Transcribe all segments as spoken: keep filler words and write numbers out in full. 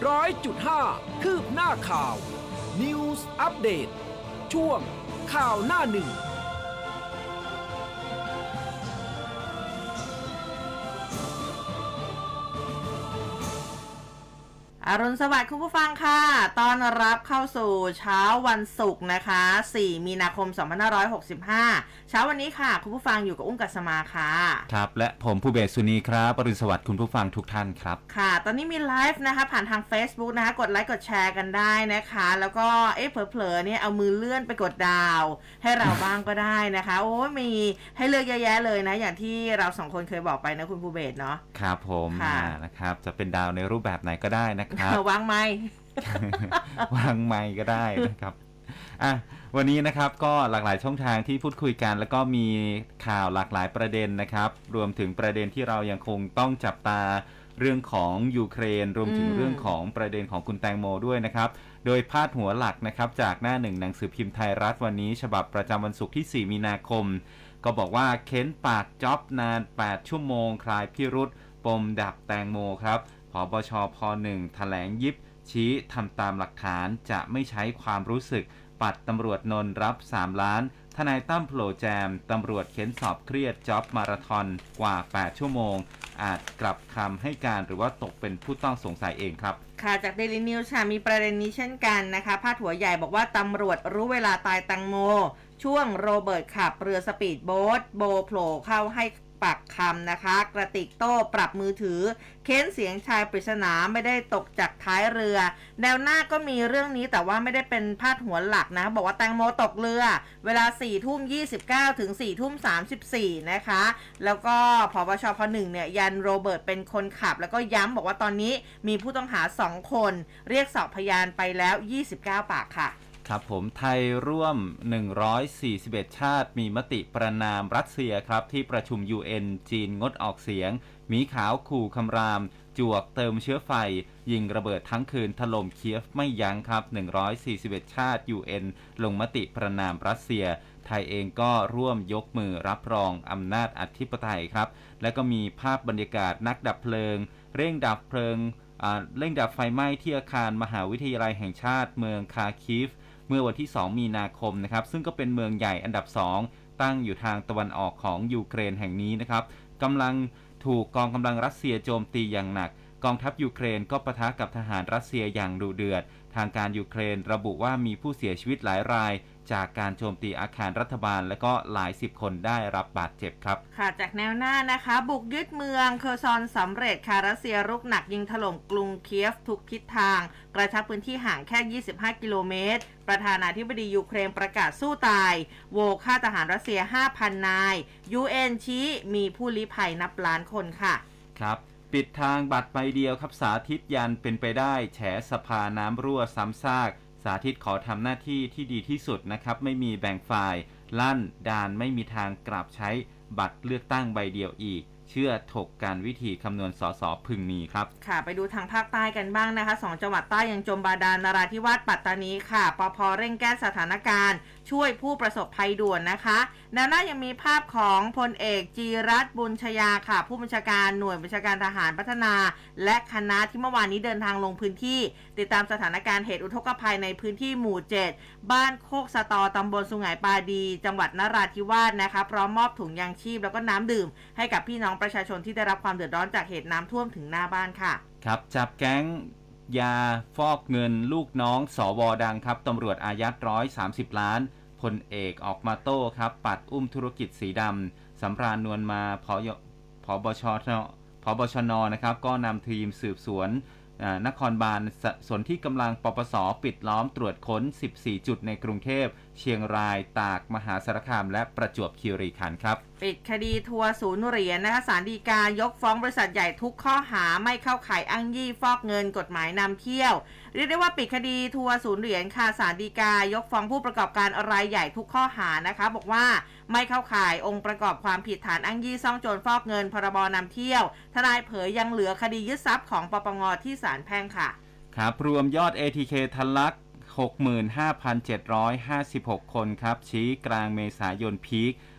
ร้อยจุดห้าคืบหน้าข่าว News Update ช่วงข่าวหน้าหนึ่งอรุณสวัสดิ์คุณผู้ฟังค่ะต้อนรับเข้าสู่เช้าวันศุกร์นะคะสี่มีนาคมสองพันห้าร้อยหกสิบห้าเช้าวันนี้ค่ะคุณผู้ฟังอยู่กับอุ้มกัสมาค่ะครับและผมผู้เบสสุนีครับอรุณสวัสดิ์คุณผู้ฟังทุกท่านครับค่ะตอนนี้มีไลฟ์นะคะผ่านทาง Facebook นะคะกดไลค์กดแชร์กันได้นะคะแล้วก็เอ๊ะเผลอๆเนี่ยเอามือเลื่อนไปกดดาวให้เราบ้างก็ได้นะคะโอ้มีให้เลือกเยอะแยะเลยนะอย่างที่เราสองคนเคยบอกไปนะคุณผู้เบสเนาะครับผมนะครับจะเป็นดาวในรูปแบบไหนก็ได้นะครับวางไม้วางไม้ก็ได้นะครับอ่ะวันนี้นะครับก็หลากหลายช่องทางที่พูดคุยกันแล้วก็มีข่าวหลากหลายประเด็นนะครับรวมถึงประเด็นที่เรายังคงต้องจับตาเรื่องของยูเครนรวมถึงเรื่องของประเด็นของคุณแตงโมด้วยนะครับโดยพาดหัวหลักนะครับจากหน้าหนึ่งหนังสือพิมพ์ไทยรัฐวันนี้ฉบับประจำวันศุกร์ที่สี่มีนาคมก็บอกว่าเค้นปากจ๊อบนานแปดชั่วโมงคลายพิรุธปมดับแตงโมครับผบชพหนึ่งแถลงยิบชี้ทำตามหลักฐานจะไม่ใช้ความรู้สึกปัดตำรวจนนรับสามล้านทนายตั้มโผล่แจมตำรวจเค้นสอบเครียดจ็อบมาราธอนกว่าแปดชั่วโมงอาจกลับคำให้การหรือว่าตกเป็นผู้ต้องสงสัยเองครับค่ะจาก Daily News ค่ะมีประเด็นนี้เช่นกันนะคะพาดหัวใหญ่บอกว่าตำรวจรู้เวลาตายแตงโมช่วงโรเบิร์ตขับเรือสปีดโบ๊ทโบโผล่เข้าให้ปากคำนะคะกระติกโต้ปรับมือถือเค้นเสียงชายปริศนาไม่ได้ตกจากท้ายเรือแนวหน้าก็มีเรื่องนี้แต่ว่าไม่ได้เป็นพาดหัวหลักนะบอกว่าแตงโมตกเรือเวลา สี่ทุ่มยี่สิบเก้า ถึง สี่ทุ่มสามสิบสี่ นะคะแล้วก็ผบชพหนึ่งเนี่ยยันโรเบิร์ตเป็นคนขับแล้วก็ย้ำบอกว่าตอนนี้มีผู้ต้องหาสองคนเรียกสอบพยานไปแล้วยี่สิบเก้าปากค่ะครับผมไทยร่วมหนึ่งร้อยสี่สิบเอ็ดชาติมีมติประณามรัสเซียครับที่ประชุม ยู เอ็น จีนงดออกเสียงหมีขาวขู่คำรามจวกเติมเชื้อไฟยิงระเบิดทั้งคืนถล่มเคียฟไม่ยั้งครับหนึ่งร้อยสี่สิบเอ็ดชาติ ยู เอ็น ลงมติประณามรัสเซียไทยเองก็ร่วมยกมือรับรองอำนาจอธิปไตยครับและก็มีภาพบรรยากาศนักดับเพลิงเร่งดับเพลิงเร่งดับไฟไหม้ที่อาคารมหาวิทยาลัยแห่งชาติเมืองคาคีฟเมื่อวันที่สองมีนาคมนะครับซึ่งก็เป็นเมืองใหญ่อันดับสองตั้งอยู่ทางตะวันออกของยูเครนแห่งนี้นะครับกำลังถูกกองกำลังรัสเซียโจมตีอย่างหนักกองทัพยูเครนก็ปะทะกับทหารรัสเซียอย่างดุเดือดทางการยูเครนระบุว่ามีผู้เสียชีวิตหลายรายจากการโจมตีอาคารรัฐบาลและก็หลายสิบคนได้รับบาดเจ็บครับค่ะจากแนวหน้านะคะบุกยึดเมืองเคอร์ซอนสำเร็จค่ะรัสเซียรุกหนักยิงถล่มกรุงเคียฟทุกทิศทางกระชับพื้นที่ห่างแค่ยี่สิบห้ากิโลเมตรประธานาธิบดียูเครนประกาศสู้ตายโวฆ่าทหารรัสเซีย ห้าพัน นาย ยู เอ็น ชี้มีผู้ลี้ภัยนับล้านคนค่ะครับปิดทางบัตรใบเดียวครับสาธิตยันเป็นไปได้แฉสภาน้ำรั่วซ้ำซากสาธิตขอทำหน้าที่ที่ดีที่สุดนะครับไม่มีแบ่งฝ่ายลั่นดานไม่มีทางกลับใช้บัตรเลือกตั้งใบเดียวอีกเชื่อถกการวิธีคำนวณสสพึงมีครับค่ะไปดูทางภาคใต้กันบ้างนะคะสองจังหวัดใต้ยังจมบาดาลนราธิวาสปัตตานีค่ะปภ.เร่งแก้สถานการณ์ช่วยผู้ประสบภัยด่วนนะคะแนวหน้ายังมีภาพของพลเอกจีรัตน์บุญชยาค่ะผู้บัญชาการหน่วยบัญชาการทหารพัฒนาและคณะที่เมื่อวานนี้เดินทางลงพื้นที่ติดตามสถานการณ์เหตุอุทกภัยในพื้นที่หมู่เจ็ดบ้านโคกสะตอตำบลสุไหงปาดีจังหวัดนราธิวาสนะคะพร้อมมอบถุงยางชีพแล้วก็น้ำดื่มให้กับพี่น้องประชาชนที่ได้รับความเดือดร้อนจากเหตุน้ำท่วมถึงหน้าบ้านค่ะครับจับแก๊งยาฟอกเงินลูกน้องสวดังครับตำรวจอายัดหนึ่งร้อยสามสิบล้านพลเอกออกมาโต้ครับปัดอุ้มธุรกิจสีดำสำราญนวลมาพผบชนผบชนนะครับก็นำทีมสืบสวนนครบาลส่วนที่กำลังปปสปิดล้อมตรวจค้นสิบสี่จุดในกรุงเทพเชียงรายตากมหาสารคามและประจวบคีรีขันธ์ครับปิดคดีทัวร์ศูนย์เหรียญนะคะศาลฎีกายกฟ้องบริษัทใหญ่ทุกข้อหาไม่เข้าข่ายอ้างยี่ฟอกเงินกฎหมายนำเที่ยวเรียกได้ว่าปิดคดีทัวร์ศูนย์เหรียญค่ะศาลฎีกายกฟ้องผู้ประกอบการรายใหญ่ทุกข้อหานะคะบอกว่าไม่เข้าข่ายองค์ประกอบความผิดฐานอ้างยี่ซ่องโจรฟอกเงินพรบนำเที่ยวทนายเผยยังเหลือคดียึดทรัพย์ของปปงที่ศาลแพ่งค่ะครับรวมยอด เอ ที เค ทะลัก หกหมื่นห้าพันเจ็ดร้อยห้าสิบหก คนครับชี้กลางเมษายนพีค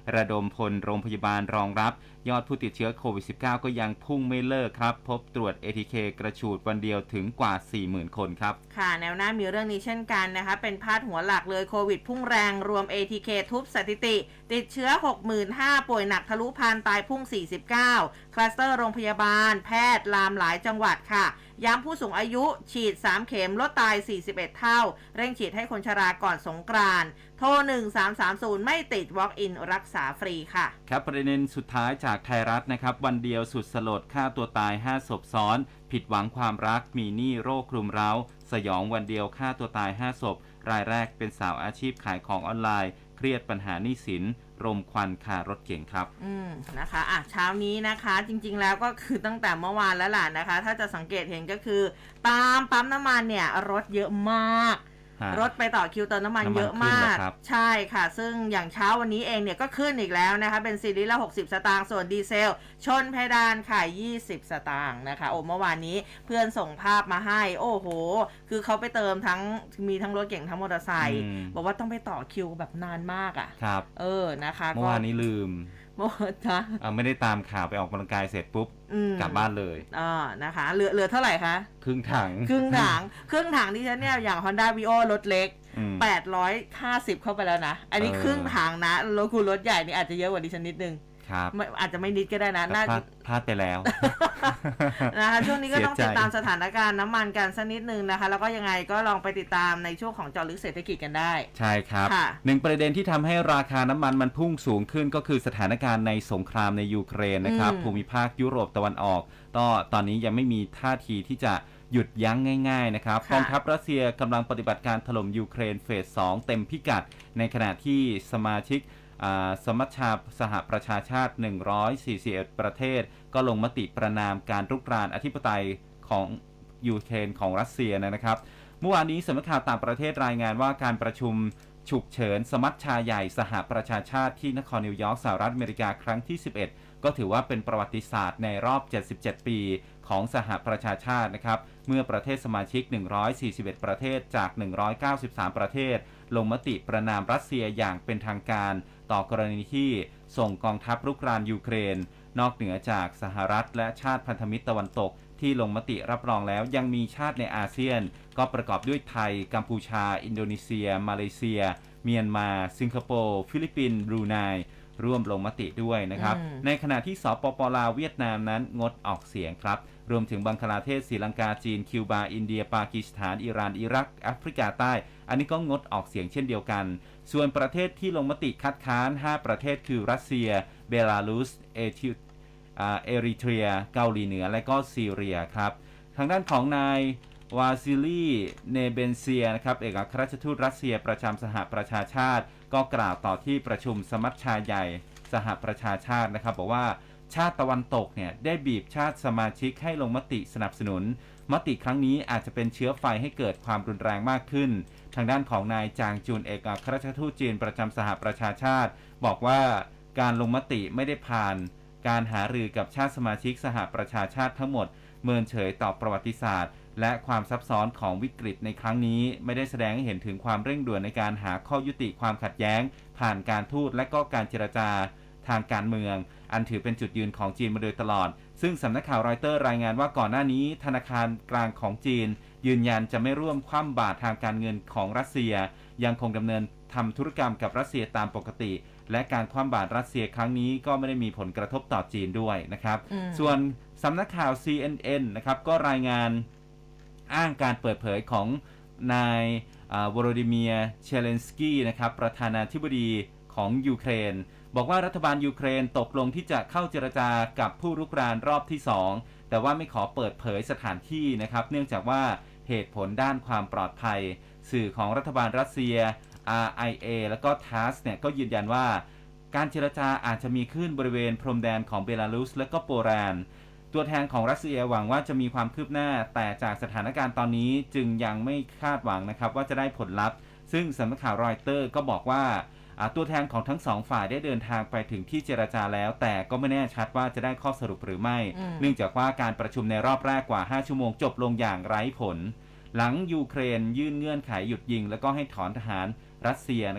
ระดมพลโรงพยาบาลรองรับยอดผู้ติดเชื้อโควิด สิบเก้า ก็ยังพุ่งไม่เลิกครับพบตรวจ เอ ที เค กระฉูดวันเดียวถึงกว่า สี่หมื่น คนครับค่ะแนวหน้ามีเรื่องนี้เช่นกันนะคะเป็นพาดหัวหลักเลยโควิดพุ่งแรงรวม เอ ที เค ทุบสถิติติดเชื้อ หกหมื่นห้าพัน ป่วยหนักทะลุพันตายพุ่ง สี่สิบเก้า คลัสเตอร์โรงพยาบาลแพทย์ลามหลายจังหวัดค่ะย้ำผู้สูงอายุฉีดสามเข็มลดตายสี่สิบเอ็ดเท่าเร่งฉีดให้คนชราก่อนสงกรานต์โทรหนึ่งสามสามศูนย์ไม่ติด walk in รักษาฟรีค่ะครับประเด็นสุดท้ายจากไทยรัฐนะครับวันเดียวสุดสลดฆ่าตัวตายห้าศพซ้อนผิดหวังความรักมีหนี้โรคคลุมเร้าสยองวันเดียวฆ่าตัวตายห้าศพรายแรกเป็นสาวอาชีพขายของออนไลน์เครียดปัญหาหนี้สินรมควันคารถเก๋งครับอืมนะคะอ่ะเช้านี้นะคะจริงๆแล้วก็คือตั้งแต่เมื่อวานแล้วล่ะนะคะถ้าจะสังเกตเห็นก็คือตามปั๊มน้ำมันเนี่ยรถเยอะมากรถไปต่อคิวเติมน้ำมันเยอะมากใช่ค่ะซึ่งอย่างเช้าวันนี้เองเนี่ยก็ขึ้นอีกแล้วนะคะเป็นซีรีส์ละหกสิบสตางค์ส่วนดีเซลชนเพดานค่ะยี่สิบสตางค์นะคะโอ้เมื่อวานนี้เพื่อนส่งภาพมาให้โอ้โหคือเขาไปเติมทั้งมีทั้งรถเก๋งทั้งมอเตอร์ไซค์บอกว่าต้องไปต่อคิวแบบนานมากอ่ะครับเออนะคะเมื่อวานนี้ลืมโอ้จ้ะไม่ได้ตามข่าวไปออกกำลังกายเสร็จปุ๊บกลับบ้านเลยอ่านะคะเหลือเหลือเท่าไหร่คะครึ่งถังครึ่งถังครึ่งถังที่ฉันเนี่ยอย่าง Honda Vio รถเล็กแปดร้อยห้าสิบเข้าไปแล้วนะอันนี้ครึ่งถังนะรถกูรถใหญ่นี่อาจจะเยอะกว่าดิฉันนิดนึงครับอาจจะไม่นิดก็ได้นะน่าพลาดไปแล้วนะคะช่วงนี้ก็ต้องติดตามสถานการณ์น้ำมันกันสักนิดนึงนะคะแล้วก็ยังไงก็ลองไปติดตามในช่วงของเจาะลึกเศรษฐกิจกันได้ใช่ครับหนึ่งประเด็นที่ทำให้ราคาน้ำมันมันพุ่งสูงขึ้นก็คือสถานการณ์ในสงครามในยูเครนนะครับภูมิภาคยุโรปตะวันออกก็ตอนนี้ยังไม่มีท่าทีที่จะหยุดยั้งง่ายๆนะครับกองทัพรัสเซียกำลังปฏิบัติการถล่มยูเครนเฟสสองเต็มพิกัดในขณะที่สมาชิกสมัชชาสหประชาชาติหนึ่งร้อยสี่สิบเอ็ดประเทศก็ลงมติประณามการรุกรานอธิปไตยของยูเครนของรัสเซียนะครับเมื่อวานนี้สำนักข่าวต่างประเทศรายงานว่าการประชุมฉุกเฉินสมัชชาใหญ่สหประชาชาติที่นครนิวยอร์กสหรัฐอเมริกาครั้งที่สิบเอ็ดก็ถือว่าเป็นประวัติศาสตร์ในรอบเจ็ดสิบเจ็ดปีของสหประชาชาตินะครับเมื่อประเทศสมาชิกหนึ่งร้อยสี่สิบเอ็ดประเทศจากหนึ่งร้อยเก้าสิบสามประเทศลงมติประณามรัสเซียอย่างเป็นทางการต่อกรณีที่ส่งกองทัพรุกรานยูเครนนอกเหนือจากสหรัฐและชาติพันธมิตรตะวันตกที่ลงมติรับรองแล้วยังมีชาติในอาเซียนก็ประกอบด้วยไทยกัมพูชาอินโดนีเซียมาเลเซียเมียนมาสิงคโปร์ฟิลิปปินส์บรูไนร่วมลงมติด้วยนะครับในขณะที่สปป.ลาวเวียดนามนั้นงดออกเสียงครับรวมถึงบังคลาเทศศรีลังกาจีนคิวบาอินเดียปากีสถานอิหร่านอิรักแอฟริกาใต้อันนี้ก็งดออกเสียงเช่นเดียวกันส่วนประเทศที่ลงมติคัดค้านห้าประเทศคือรัสเซียเบลารุสเอธิเอริเทรียเกาหลีเหนือและก็ซีเรียครับทางด้านของนายวาซิลีเนเบนเซียนะครับเอกอัครราชทูตรัสเซียประจำสหประชาชาติก็กล่าวต่อที่ประชุมสมัชชาใหญ่สหประชาชาตินะครับบอกว่าชาติตะวันตกเนี่ยได้บีบชาติสมาชิกให้ลงมติสนับสนุนมติครั้งนี้อาจจะเป็นเชื้อไฟให้เกิดความรุนแรงมากขึ้นทางด้านของนายจางจุนเอกอัครราชทูตจีนประจำสหประชาชาติบอกว่าการลงมติไม่ได้ผ่านการหารือกับชาติสมาชิกสหประชาชาติทั้งหมดเมินเฉยต่อประวัติศาสตร์และความซับซ้อนของวิกฤตในครั้งนี้ไม่ได้แสดงให้เห็นถึงความเร่งด่วนในการหาข้อยุติความขัดแย้งผ่านการทูตและก็การเจรจาทางการเมืองอันถือเป็นจุดยืนของจีนมาโดยตลอดซึ่งสำนักข่าวรอยเตอร์รายงานว่าก่อนหน้านี้ธนาคารกลางของจีนยืนยันจะไม่ร่วมคว่ำบาตรทางการเงินของรัสเซียยังคงดำเนินทำธุรกรรมกับรัสเซียตามปกติและการคว่ำบาตรรัสเซียครั้งนี้ก็ไม่ได้มีผลกระทบต่อจีนด้วยนะครับส่วนสำนักข่าว ซี เอ็น เอ็น นะครับก็รายงานอ้างการเปิดเผยของนายวโรดิเมียร์เชเลนสกี้นะครับประธานาธิบดีของยูเครนบอกว่ารัฐบาลยูเครนตกลงที่จะเข้าเจรจากับผู้รุกรานรอบที่สองแต่ว่าไม่ขอเปิดเผยสถานที่นะครับเนื่องจากว่าเหตุผลด้านความปลอดภัยสื่อของรัฐบาลรัสเซีย อาร์ ไอ เอ แล้วก็ ที เอ เอส เนี่ยก็ยืนยันว่าการเจรจาอาจจะมีขึ้นบริเวณพรมแดนของเบลารุสและก็โปแลนด์ตัวแทนของรัสเซียหวังว่าจะมีความคืบหน้าแต่จากสถานการณ์ตอนนี้จึงยังไม่คาดหวังนะครับว่าจะได้ผลลัพธ์ซึ่งสำนักข่าวรอยเตอร์ก็บอกว่าตัวแทนของทั้งสองฝ่ายได้เดินทางไปถึงที่เจรจาแล้วแต่ก็ไม่แน่ชัดว่าจะได้ข้อสรุปหรือไม่เนื่องจากว่าการประชุมในรอบแรกกว่าห้าชั่วโมงจบลงอย่างไร้ผลหลังยูเครนยื่นเงื่อนไขหยุดยิงแล้วก็ให้ถอนทหารรัสเซียนะครับ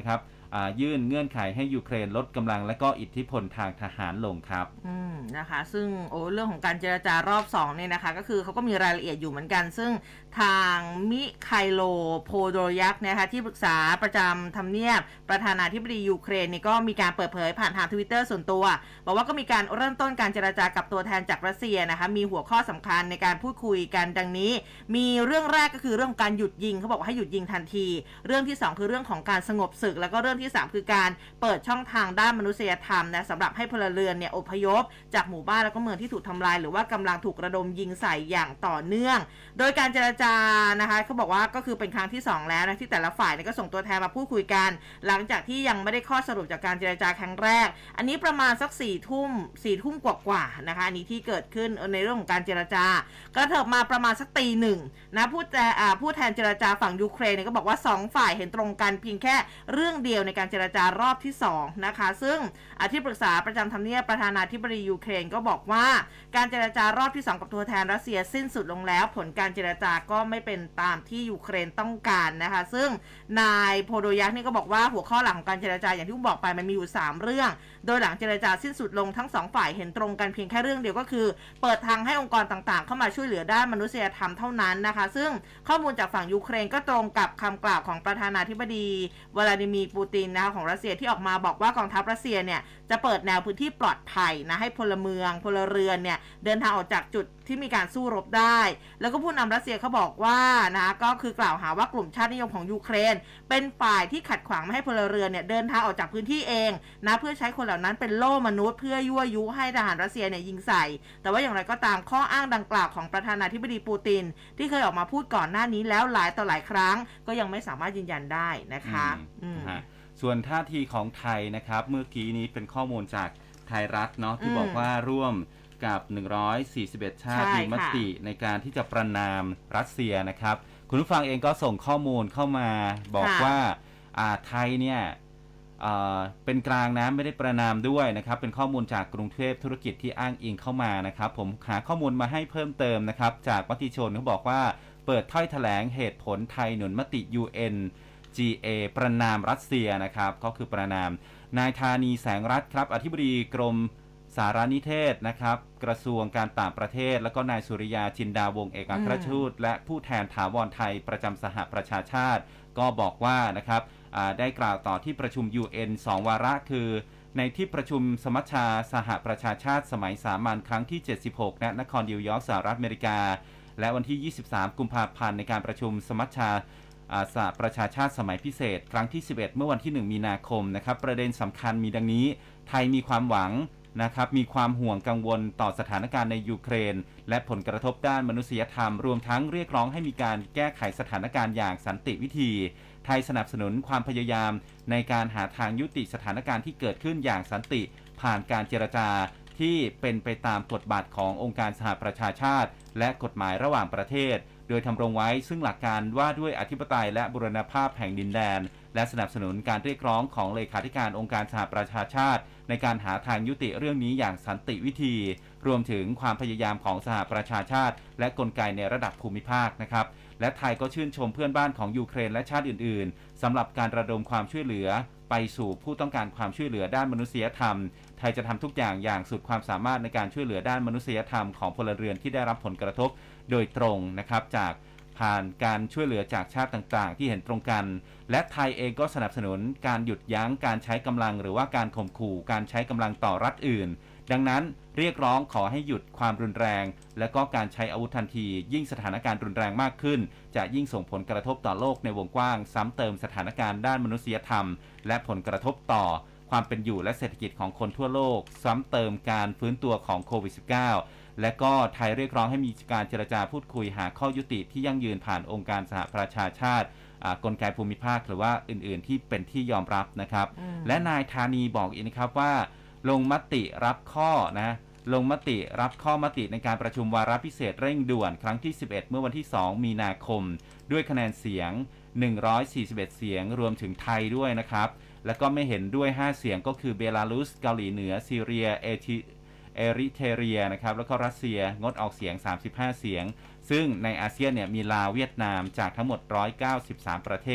ยื่นเงื่อนไขให้ยูเครนลดกำลังและก็อิทธิพลทางทหารลงครับอืมนะคะซึ่งโอ้เรื่องของการเจรจารอบสองเนี่ยนะคะก็คือเขาก็มีรายละเอียดอยู่เหมือนกันซึ่งทางมิไคโลโพโดยักนะคะที่ปรึกษาประจำทำเนียบประธานาธิบดียูเครนนี่ก็มีการเปิดเผยผ่านทางทวิตเตอร์ส่วนตัวบอกว่าก็มีการเริ่มต้นการเจรจากับตัวแทนจากรัสเซียนะคะมีหัวข้อสำคัญในการพูดคุยกันดังนี้มีเรื่องแรกก็คือเรื่องของการหยุดยิงเขาบอกว่าให้หยุดยิงทันทีเรื่องที่สองคือเรื่องของการสงบศึกแล้วก็เรื่องที่สามคือการเปิดช่องทางด้านมนุษยธรรมนะสำหรับให้พลเรือนเนี่ยอพยพจากหมู่บ้านแล้วก็เมืองที่ถูกทำลายหรือว่ากำลังถูกระดมยิงใส่อย่างต่อเนื่องโดยการเจรจานะคะเขาบอกว่าก็คือเป็นครั้งที่สองแล้วนะที่แต่ละฝ่ายเนี่ยก็ส่งตัวแทนมาพูดคุยกันหลังจากที่ยังไม่ได้ข้อสรุปจากการเจรจาครั้งแรกอันนี้ประมาณสักสี่ทุ่มสี่ทุ่มกว่าๆนะคะอันนี้ที่เกิดขึ้นในเรื่องของการเจรจากระเถิบมาประมาณสักตีหนึ่งนะผู้แทนผู้แทนเจรจาฝั่งยูเครนเนี่ยก็บอกว่าสองฝ่ายเห็นตรงกันเพียงแค่เรื่องเดียวในการเจรจารอบที่สองนะคะซึ่งที่ปรึกษาประจำทำเนียบประธานาธิบดียูเครนก็บอกว่าการเจรจารอบที่สองกับตัวแทนรัสเซียสิ้นสุดลงแล้วผลการเจรจาก็ไม่เป็นตามที่ยูเครนต้องการนะคะซึ่งนายโพโดยักนี่ก็บอกว่าหัวข้อหลักของการเจรจาอย่างที่ผมบอกไปมันมีอยู่สามเรื่องโดยหลังเจรจาสิ้นสุดลงทั้งสองฝ่ายเห็นตรงกันเพียงแค่เรื่องเดียวก็คือเปิดทางให้องค์กรต่างๆเข้ามาช่วยเหลือด้านมนุษยธรรมเท่านั้นนะคะซึ่งข้อมูลจากฝั่งยูเครนก็ตรงกับคำกล่าวของประธานาธิบดีวลาดิมีร์ปูตินนะคะของรัสเซียที่ออกมาบอกว่ากองทัพรัสเซียเนี่ยจะเปิดแนวพื้นที่ปลอดภัยนะให้พลเมืองพลเรือนเนี่ยเดินทางออกจากจุดที่มีการสู้รบได้แล้วก็ผู้นำรัสเซียเขาบอกว่านะก็คือกล่าวหาว่ากลุ่มชาตินิยมของยูเครนเป็นฝ่ายที่ขัดขวางไม่ให้พลเรือนเนี่ยเดินทางออกจากพื้นที่เองนะเพื่อใช้คนเหล่านั้นเป็นโล่มนุษย์เพื่อยั่วยุให้ทหารรัสเซียเนี่ยยิงใส่แต่ว่าอย่างไรก็ตามข้ออ้างดังกล่าวของประธานาธิบดีปูตินที่เคยออกมาพูดก่อนหน้านี้แล้วหลายต่อหลายครั้งก็ยังไม่สามารถยืนยันได้นะคะส่วนท่าทีของไทยนะครับเมื่อกี้นี้เป็นข้อมูลจากไทยรัฐเนาะที่บอกว่าร่วมกับหนึ่งร้อยสี่สิบเอ็ดชาติมีมติในการที่จะประนามรัสเซียนะครับคุณผู้ฟังเองก็ส่งข้อมูลเข้ามาบอกว่าไทยเนี่ยเป็นกลางนะไม่ได้ประนามด้วยนะครับเป็นข้อมูลจากกรุงเทพธุรกิจที่อ้างอิงเข้ามานะครับผมหาข้อมูลมาให้เพิ่มเติมนะครับจากมติชนเขาบอกว่าเปิดถ้อยแถลงเหตุผลไทยหนุนมติ ยู เอ็น จี เอ ประนามรัสเซียนะครับก็คือประนามนายธานีแสงรัตน์ครับอธิบดีกรมสารนิเทศนะครับกระทรวงการต่างประเทศแล้วก็นายสุริยาจินดาวงศ์เอกอัครราชทูตและผู้แทนถาวรไทยประจำสหประชาชาติก็บอกว่านะครับได้กล่าวต่อที่ประชุม ยู เอ็น สอง วาระคือในที่ประชุมสมัชชาสหประชาชาติสมัยสามัญครั้งที่เจ็ดสิบหกณนครนิวยอร์กสหรัฐอเมริกาและวันที่ยี่สิบสามกุมภาพันธ์ในการประชุมสมัชชาสหประชาชาติสมัยพิเศษครั้งที่สิบเอ็ดเมื่อวันที่หนึ่งมีนาคมนะครับประเด็นสำคัญมีดังนี้ไทยมีความหวังนะครับมีความห่วงกังวลต่อสถานการณ์ในยูเครนและผลกระทบด้านมนุษยธรรมรวมทั้งเรียกร้องให้มีการแก้ไขสถานการณ์อย่างสันติวิธีไทยสนับสนุนความพยายามในการหาทางยุติสถานการณ์ที่เกิดขึ้นอย่างสันติผ่านการเจรจาที่เป็นไปตามกฎบัตรขององค์การสหประชาชาติและกฎหมายระหว่างประเทศโดยทำรงไว้ซึ่งหลักการว่าด้วยอธิปไตยและบูรณภาพแห่งดินแดนและสนับสนุนการเรียกร้องของเลขาธิการองค์การสหประชาชาติในการหาทางยุติเรื่องนี้อย่างสันติวิธีรวมถึงความพยายามของสหประชาชาติและกลไกในระดับภูมิภาคนะครับและไทยก็ชื่นชมเพื่อนบ้านของยูเครนและชาติอื่นๆสำหรับการระดมความช่วยเหลือไปสู่ผู้ต้องการความช่วยเหลือด้านมนุษยธรรมไทยจะทำทุกอย่างอย่างสุดความสามารถในการช่วยเหลือด้านมนุษยธรรมของพลเรือนที่ได้รับผลกระทบโดยตรงนะครับจากผ่านการช่วยเหลือจากชาติต่างๆที่เห็นตรงกันและไทยเองก็สนับสนุนการหยุดยั้งการใช้กำลังหรือว่าการข่มขู่การใช้กำลังต่อรัฐอื่นดังนั้นเรียกร้องขอให้หยุดความรุนแรงและก็การใช้อาวุธทันทียิ่งสถานการณ์รุนแรงมากขึ้นจะยิ่งส่งผลกระทบต่อโลกในวงกว้างซ้ำเติมสถานการณ์ด้านมนุษยธรรมและผลกระทบต่อความเป็นอยู่และเศรษฐกิจของคนทั่วโลกซ้ำเติมการฟื้นตัวของโควิด สิบเก้า และก็ไทยเรียกร้องให้มีการเจรจาพูดคุยหาข้อยุติที่ยั่งยืนผ่านองค์การสหประชาชาติกลไกภูมิภาคหรือว่าอื่นๆที่เป็นที่ยอมรับนะครับและนายธานีบอกอีกนะครับว่าลงมติรับข้อนะลงมติรับข้อมติในการประชุมวาระพิเศษเร่งด่วนครั้งที่สิบเอ็ดเมื่อวันที่สองมีนาคมด้วยคะแนนเสียงหนึ่งร้อยสี่สิบเอ็ดเสียงรวมถึงไทยด้วยนะครับแล้วก็ไม่เห็นด้วยห้าเสียงก็คือเบลารุสเกาหลีเหนือซีเรียเอธิเอริเทเรียนะครับแล้วก็รัสเซียงดออกเสียงสามสิบห้าเสียงซึ่งในอาเซียนเนี่ยมีลาวเวียดนามจากทั้งหมดหนึ่งร้อยเก้าสิบสามประเทศ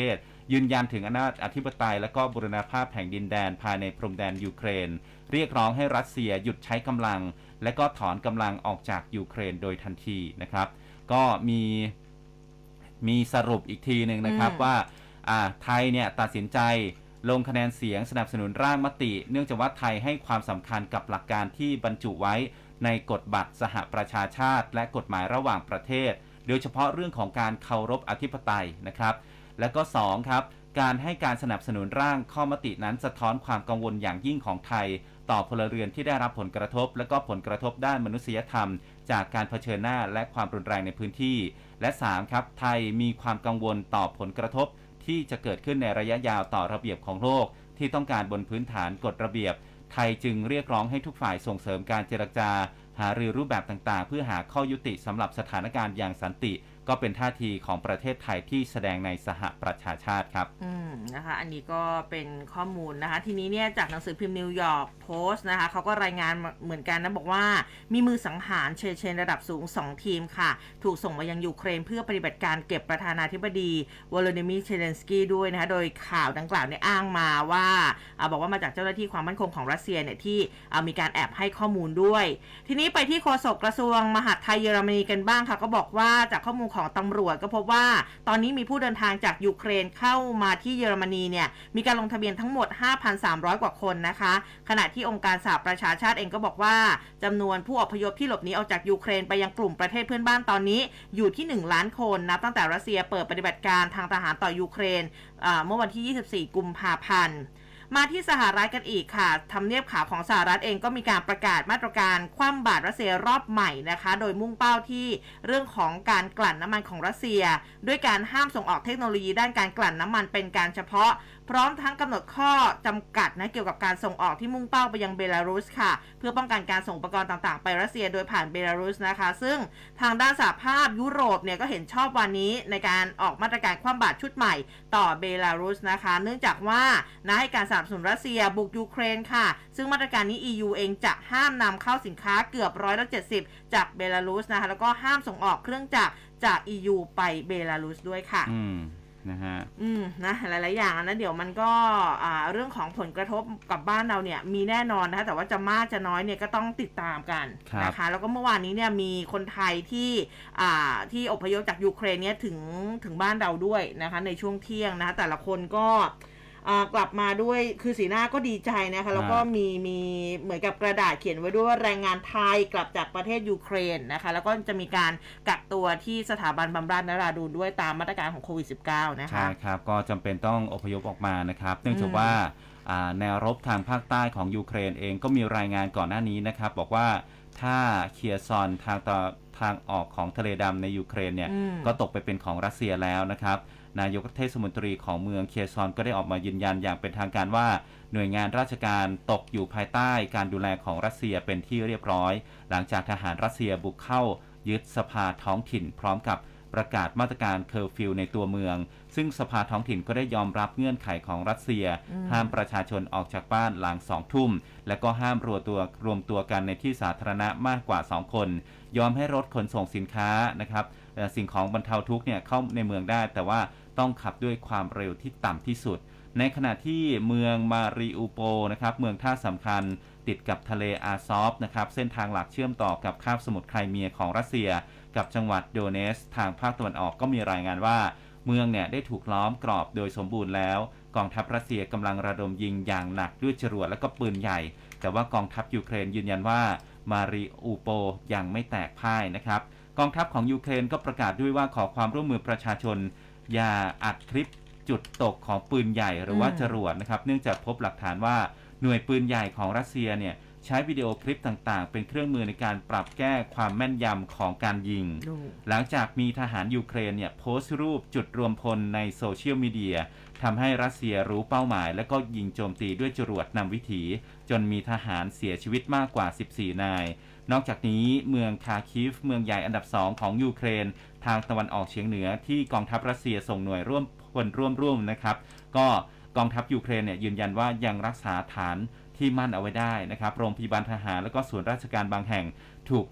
ยืนยันถึงอำนาจอธิปไตยและก็บูรณภาพแห่งดินแดนภายในพรมแดนยูเครนเรียกร้องให้รัสเซียหยุดใช้กำลังและก็ถอนกำลังออกจากยูเครนโดยทันทีนะครับก็มีมีสรุปอีกทีหนึ่งนะครับว่าไทยเนี่ยตัดสินใจลงคะแนนเสียงสนับสนุนร่างมติเนื่องจากว่าไทยให้ความสำคัญกับหลักการที่บรรจุไว้ในกฎบัตรสหประชาชาติและกฎหมายระหว่างประเทศโดยเฉพาะเรื่องของการเคารพอธิปไตยนะครับและก็สองครับการให้การสนับสนุนร่างข้อมตินั้นสะท้อนความกังวลอย่างยิ่งของไทยต่อพลเรือนที่ได้รับผลกระทบและก็ผลกระทบด้านมนุษยธรรมจากการเผชิญหน้าและความรุนแรงในพื้นที่และสามครับไทยมีความกังวลต่อผลกระทบที่จะเกิดขึ้นในระยะยาวต่อระเบียบของโลกที่ต้องการบนพื้นฐานกฎระเบียบไทยจึงเรียกร้องให้ทุกฝ่ายส่งเสริมการเจรจาหารือรูปแบบต่างๆเพื่อหาข้อยุติสำหรับสถานการณ์อย่างสันติก็เป็นท่าทีของประเทศไทยที่แสดงในสหประชาชาติครับอืมนะคะอันนี้ก็เป็นข้อมูลนะคะทีนี้เนี่ยจากหนังสือพิมพ์นิวยอร์กโพสต์นะคะเขาก็รายงานเหมือนกันนะบอกว่ามีมือสังหารเชเชนระดับสูงสองทีมค่ะถูกส่งมายังยูเครนเพื่อปฏิบัติการเก็บประธานาธิบดีวโลดิมีร์เซเลนสกี้ด้วยนะคะโดยข่าวดังกล่าวเนี่ยอ้างมาว่าบอกว่ามาจากเจ้าหน้าที่ความมั่นคงของรัสเซียเนี่ยที่มีการแอบให้ข้อมูลด้วยทีนี้ไปที่โฆษกกระทรวงมหาดไทยเยอรมนีกันบ้างค่ะก็บอกว่าจากข้อมูลของตำรวจก็พบว่าตอนนี้มีผู้เดินทางจากยูเครนเข้ามาที่เยอรมนีเนี่ยมีการลงทะเบียนทั้งหมด ห้าพันสามร้อย กว่าคนนะคะขณะที่องค์การสหประชาชาติเองก็บอกว่าจำนวนผู้อพยพที่หลบหนีออกจากยูเครนไปยังกลุ่มประเทศเพื่อนบ้านตอนนี้อยู่ที่หนึ่งล้านคนนับตั้งแต่รัสเซียเปิดปฏิบัติการทางทหารต่อยูเครนเมื่อวันที่ยี่สิบสี่กุมภาพันธ์มาที่สหรัฐกันอีกค่ะทำเนียบขาวของสหรัฐเองก็มีการประกาศมาตรการคว่ำบาตรรัสเซียรอบใหม่นะคะโดยมุ่งเป้าที่เรื่องของการกลั่นน้ำมันของรัสเซียด้วยการห้ามส่งออกเทคโนโลยีด้านการกลั่นน้ำมันเป็นการเฉพาะพร้อมทั้งกำหนดข้อจำกัดนะเกี่ยวกับการส่งออกที่มุ่งเป้าไปยังเบลารุสค่ะเพื่อป้องกันการส่งอุปกรณ์ต่างๆไปรัสเซียโดยผ่านเบลารุสนะคะซึ่งทางด้านสหภาพยุโรปเนี่ยก็เห็นชอบวันนี้ในการออกมาตรการคว่ำบาตรชุดใหม่ต่อเบลารุสนะคะเนื่องจากว่านะให้การสนับสนุนรัสเซียบุกยูเครนค่ะซึ่งมาตรการนี้ อี ยู เองจะห้ามนำเข้าสินค้าเกือบร้อยละเจ็ดสิบจากเบลารุสนะคะแล้วก็ห้ามส่งออกเครื่องจักรจาก อี ยู ไปเบลารุสด้วยค่ะอืมนะฮะอืมนะหลายๆอย่างนะเดี๋ยวมันก็อ่าเรื่องของผลกระทบกับบ้านเราเนี่ยมีแน่นอนนะคะแต่ว่าจะมากจะน้อยเนี่ยก็ต้องติดตามกันนะคะแล้วก็เมื่อวานนี้เนี่ยมีคนไทยที่อ่าที่อพยพจากยูเครนเนี่ยถึงถึงบ้านเราด้วยนะคะในช่วงเที่ยงนะคะแต่ละคนก็กลับมาด้วยคือสีหน้าก็ดีใจนะคะแล้วก็มีมีเหมือนกับกระดาษเขียนไว้ด้วยว่าแรงงานไทยกลับจากประเทศยูเครนนะคะแล้วก็จะมีการกักตัวที่สถาบันบำราศนราดูนด้วยตามมาตรการของโควิด สิบเก้า นะคะใช่ครับก็จำเป็นต้องอพยพออกมานะครับเนื่องจากว่าแนวรบทางภาคใต้ของยูเครนเองก็มีรายงานก่อนหน้านี้นะครับบอกว่าถ้าเคียร์ซอนทางต่อทางออกของทะเลดำในยูเครนเนี่ยก็ตกไปเป็นของรัสเซียแล้วนะครับนายกเทศมนตรีของเมืองเคียร์ซอนก็ได้ออกมายืนยันอย่างเป็นทางการว่าหน่วยงานราชการตกอยู่ภายใต้การดูแลของรัสเซียเป็นที่เรียบร้อยหลังจากทหารรัสเซียบุกเข้ายึดสภาท้องถิ่นพร้อมกับประกาศมาตรการเคอร์ฟิวในตัวเมืองซึ่งสภาท้องถิ่นก็ได้ยอมรับเงื่อนไขของรัสเซียห้ามประชาชนออกจากบ้านหลังสองทุ่มและก็ห้ามรวมตัวรวมตัวกันในที่สาธารณะมากกว่าสองคนยอมให้รถขนส่งสินค้านะครับสิ่งของบรรเทาทุกข์เนี่ยเข้าในเมืองได้แต่ว่าต้องขับด้วยความเร็วที่ต่ำที่สุดในขณะที่เมืองมาริอูโปนะครับเมืองท่าสำคัญติดกับทะเลอาซอฟนะครับเส้นทางหลักเชื่อมต่อกับคาบสมุทรไครเมียของรัสเซียกับจังหวัดโดเนสทางภาคตะวันออกก็มีรายงานว่าเมืองเนี่ยได้ถูกล้อมกรอบโดยสมบูรณ์แล้วกองทัพรัสเซียกำลังระดมยิงอย่างหนักด้วยจรวดและก็ปืนใหญ่แต่ว่ากองทัพยูเครนยืนยันว่ามาริอูโปยังไม่แตกพ่ายนะครับกองทัพของยูเครนก็ประกาศด้วยว่าขอความร่วมมือประชาชนอย่าอัดคลิปจุดตกของปืนใหญ่หรือว่าจรวดนะครับเนื่องจากพบหลักฐานว่าหน่วยปืนใหญ่ของรัสเซียเนี่ยใช้วิดีโอคลิปต่างๆเป็นเครื่องมือในการปรับแก้ความแม่นยำของการยิงหลังจากมีทหารยูเครนเนี่ยโพสต์รูปจุดรวมพลในโซเชียลมีเดียทำให้รัสเซียรู้เป้าหมายและก็ยิงโจมตีด้วยจรวดนำวิถีจนมีทหารเสียชีวิตมากกว่าสิบสี่นายนอกจากนี้เมืองคาคิฟเมืองใหญ่อันดับสองของยูเครนทางตะวันออกเฉียงเหนือที่กองทัพรัสเซียส่งหน่วยร่วมพลร่วมร่วมนะครับก็กองทัพยูเครนเนี่ยยืนยันว่ายังรักษาฐานที่มั่นเอาไว้ได้นะครับโรงพยาบาลทหารและก็ส่วนราชการบางแห่งถูกยึด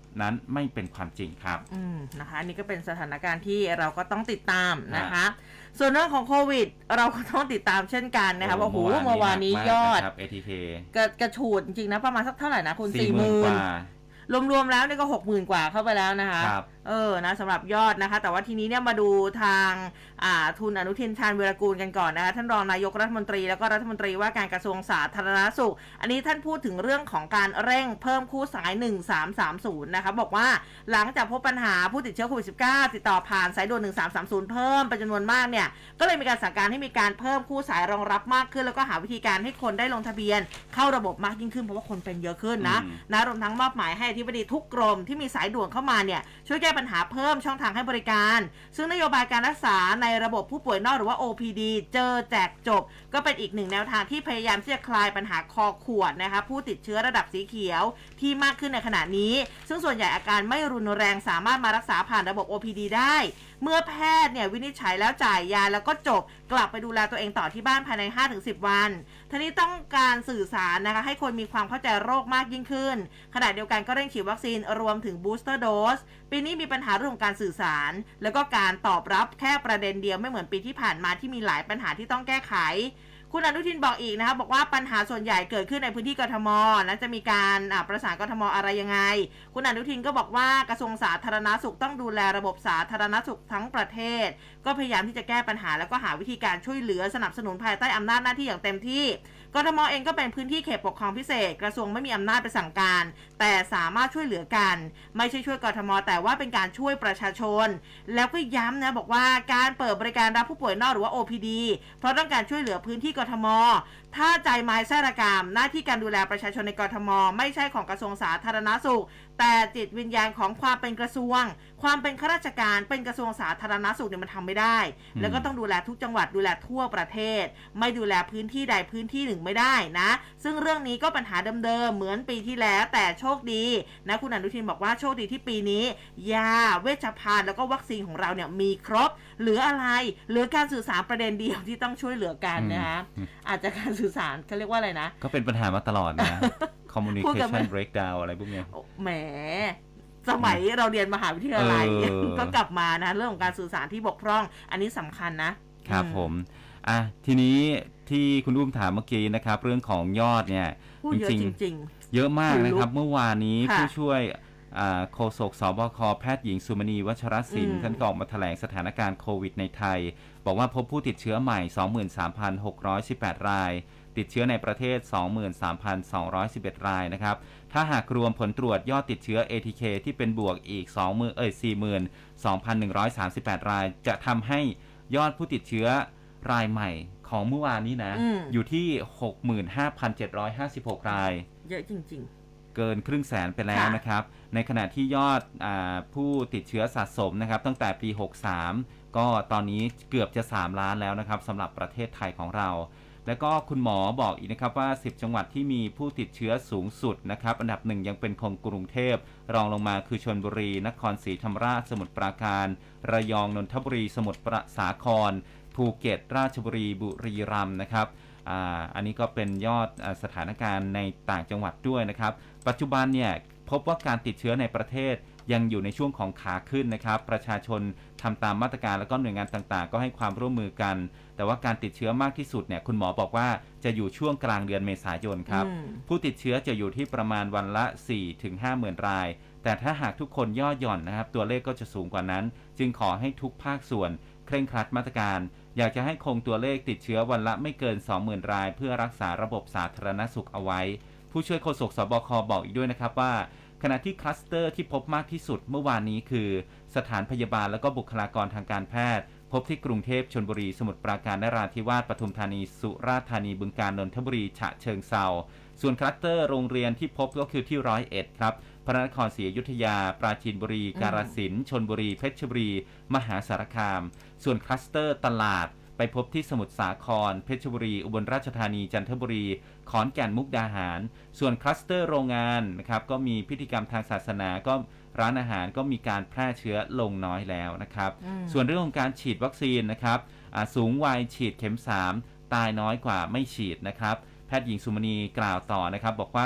นั้นไม่เป็นความจริงครับอืมนะคะอันนี้ก็เป็นสถานการณ์ที่เราก็ต้องติดตามนะคะส่วนเรื่องของโควิดเราก็ต้องติดตามเช่นกันนะคะว่าโอ้โหเมื่อวานนี้ยอดเอ ที เคกระกระฉูดจริงๆนะประมาณสักเท่าไหร่นะคุณ สี่หมื่น รวมๆแล้วเนี่ยก็ หกหมื่น กว่าเข้าไปแล้วนะคะเออนะสำหรับยอดนะคะแต่ว่าทีนี้เนี่ยมาดูทางอ่าทุนอนุทินชาญวีรกูลกันก่อนนะคะท่านรองนายกรัฐมนตรีแล้วก็รัฐมนตรีว่าการกระทรวงสาธารณสุขอันนี้ท่านพูดถึงเรื่องของการเร่งเพิ่มคู่สายหนึ่งสามสามศูนย์นะคะบอกว่าหลังจากพบปัญหาผู้ติดเชื้อโควิด สิบเก้า ติดต่อผ่านสายด่วนหนึ่งสามสามศูนย์เพิ่มเป็นจำนวนมากเนี่ยก็เลยมีการสั่งการให้มีการเพิ่มคู่สายรองรับมากขึ้นแล้วก็หาวิธีการให้คนได้ลงทะเบียนเข้าระบบมากยิ่งขึ้นเพราะว่าคนเป็นเยอะขึ้นนะนะรวมทั้งมอบหมายให้อธิบดีทุกกรมที่มีสายด่วนเข้ามาเนี่ยช่วยแก้ปัญหาเพิ่มช่องทางให้บริการซึ่งนโยบายการรักษาในระบบผู้ป่วยนอกหรือว่า โอ พี ดี เจอแจกจบก็เป็นอีกหนึ่งแนวทางที่พยายามที่จะคลายปัญหาคอขวดนะคะผู้ติดเชื้อระดับสีเขียวที่มากขึ้นในขณะนี้ซึ่งส่วนใหญ่อาการไม่รุนแรงสามารถมารักษาผ่านระบบ โอ พี ดี ได้เมื่อแพทย์เนี่ยวินิจฉัยแล้วจ่ายยาแล้วก็จบกลับไปดูแลตัวเองต่อที่บ้านภายใน ห้าถึงสิบ วันทีนี้ต้องการสื่อสารนะคะให้คนมีความเข้าใจโรคมากยิ่งขึ้นขณะเดียวกันก็เร่งฉีดวัคซีนรวมถึงบูสเตอร์โดสปีนี้มีปัญหาเรื่องของการสื่อสารแล้วก็การตอบรับแค่ประเด็นเดียวไม่เหมือนปีที่ผ่านมาที่มีหลายปัญหาที่ต้องแก้ไขคุณอนุทินบอกอีกนะคะบอกว่าปัญหาส่วนใหญ่เกิดขึ้นในพื้นที่กทมและจะมีการประสานกทมอะไรยังไงคุณอนุทินก็บอกว่ากระทรวงสาธารณสุขต้องดูแลระบบสาธารณสุขทั้งประเทศก็พยายามที่จะแก้ปัญหาแล้วก็หาวิธีการช่วยเหลือสนับสนุนภายใต้อำนาจหน้าที่อย่างเต็มที่กทมเองก็เป็นพื้นที่เขตปกครองพิเศษกระทรวงไม่มีอำนาจไปสั่งการแต่สามารถช่วยเหลือกันไม่ใช่ช่วยกทมแต่ว่าเป็นการช่วยประชาชนแล้วก็ย้ำนะบอกว่าการเปิดบริการรับผู้ป่วยนอกหรือว่า โอ พี ดี เพราะต้องการช่วยเหลือพื้นที่กทมถ้าใจไม้แท้ระกามหน้าที่การดูแลประชาชนในกทมไม่ใช่ของกระทรวงสาธารณสุขแต่จิตวิญญาณของความเป็นกระทรวงความเป็นข้าราชการเป็นกระทรวงสาธารณสุขเนี่ยมันทำไม่ได้แล้วก็ต้องดูแลทุกจังหวัดดูแลทั่วประเทศไม่ดูแลพื้นที่ใดพื้นที่หนึ่งไม่ได้นะซึ่งเรื่องนี้ก็ปัญหาเดิมๆเหมือนปีที่แล้วแต่โชคดีนะคุณอนุทินบอกว่าโชคดีที่ปีนี้ยาเวชภัณฑ์แล้วก็วัคซีนของเราเนี่ยมีครบเหลืออะไรเหลือการสื่อสารประเด็นเดียวที่ต้องช่วยเหลือกันนะคะอาจจะการสื่อสารเขาเรียกว่าอะไรนะก็เป็นปัญหามาตลอดนะ communication breakdown อะไรพวกนี้แหมสมัยเราเรียนมหาวิทยาลัยก็กลับมานะเรื่องของการสื่อสารที่บกพร่องอันนี้สำคัญนะครับผมอ่ะทีนี้ที่คุณอุ้มถามเมื่อกี้นะครับเรื่องของยอดเนี่ยจริงจริงเยอะมากนะครับเมื่อวานนี้ผู้ช่วยโฆษกสบคแพทย์หญิงสุมณีวัชรศิลป์ท่านก็ออกมาแถลงสถานการณ์โควิดในไทยบอกว่าพบผู้ติดเชื้อใหม่ สองหมื่นสามพันหกร้อยสิบแปด รายติดเชื้อในประเทศ สองหมื่นสามพันสองร้อยสิบเอ็ด รายนะครับถ้าหากรวมผลตรวจยอดติดเชื้อ เอ ที เค ที่เป็นบวกอีกสองหมื่นเอ้ย สี่หมื่นสองพันหนึ่งร้อยสามสิบแปด รายจะทำให้ยอดผู้ติดเชื้อรายใหม่ของเมื่อวานนี้นะอ อยู่ที่ หกหมื่นห้าพันเจ็ดร้อยห้าสิบหก รายเยอะจริงๆเกินครึ่งแสนไปแล้วนะครับในขณะที่ยอดอผู้ติดเชื้อสะสมนะครับตั้งแต่ปีหกสิบสามก็ตอนนี้เกือบจะสามล้านแล้วนะครับสำหรับประเทศไทยของเราแล้วก็คุณหมอบอกอีกนะครับว่าสิบจังหวัดที่มีผู้ติดเชื้อสูงสุดนะครับอันดับหนึ่งยังเป็นของกรุงเทพรองลงมาคือชลบุรีนครศรีธรรมราชสมุทรปราการระยองนนทบุรีสมุทรปราสาครภูเก็ตราชบุรีบุรีรัมย์นะครับ อ่า อันนี้ก็เป็นยอดสถานการณ์ในต่างจังหวัดด้วยนะครับปัจจุบันเนี่ยพบว่าการติดเชื้อในประเทศยังอยู่ในช่วงของขาขึ้นนะครับประชาชนทำตามมาตรการแล้วก็หน่วยงานต่างๆก็ให้ความร่วมมือกันแต่ว่าการติดเชื้อมากที่สุดเนี่ยคุณหมอบอกว่าจะอยู่ช่วงกลางเดือนเมษายนครับผู้ติดเชื้อจะอยู่ที่ประมาณวันละ สี่ถึงห้าหมื่น รายแต่ถ้าหากทุกคนย่อหย่อนนะครับตัวเลขก็จะสูงกว่านั้นจึงขอให้ทุกภาคส่วนเคร่งครัดมาตรการอยากจะให้คงตัวเลขติดเชื้อวันละไม่เกิน สองหมื่น รายเพื่อรักษาระบบสาธารณสุขเอาไว้ผู้ช่วยโฆษกสบคบอกอีกด้วยนะครับว่าขณะที่คลัสเตอร์ที่พบมากที่สุดเมื่อวานนี้คือสถานพยาบาลและก็บุคลากรทางการแพทย์พบที่กรุงเทพชลบุรีสมุทรปราการนราธิวาสปทุมธานีสุราษฎร์ธานีบึงกาฬนนทบุรีฉะเชิงเทราส่วนคลัสเตอร์โรงเรียนที่พบก็คือที่ร้อยเอ็ดครับพระนครศรีอยุธยาปราจีนบุรีกาฬสินธุ์ชลบุรีเพชรบุรีมหาสารคามส่วนคลัสเตอร์ตลาดไปพบที่สมุทรสาครเพชรบุรีอุบลราชธานีจันทบุรีขอนแก่นมุกดาหารส่วนคลัสเตอร์โรงงานนะครับก็มีพิธีกรรมทางศาสนาก็ร้านอาหารก็มีการแพร่เชื้อลงน้อยแล้วนะครับส่วนเรื่องของการฉีดวัคซีนนะครับสูงวัยฉีดเข็มสามตายน้อยกว่าไม่ฉีดนะครับแพทย์หญิงสุมณีกล่าวต่อนะครับบอกว่า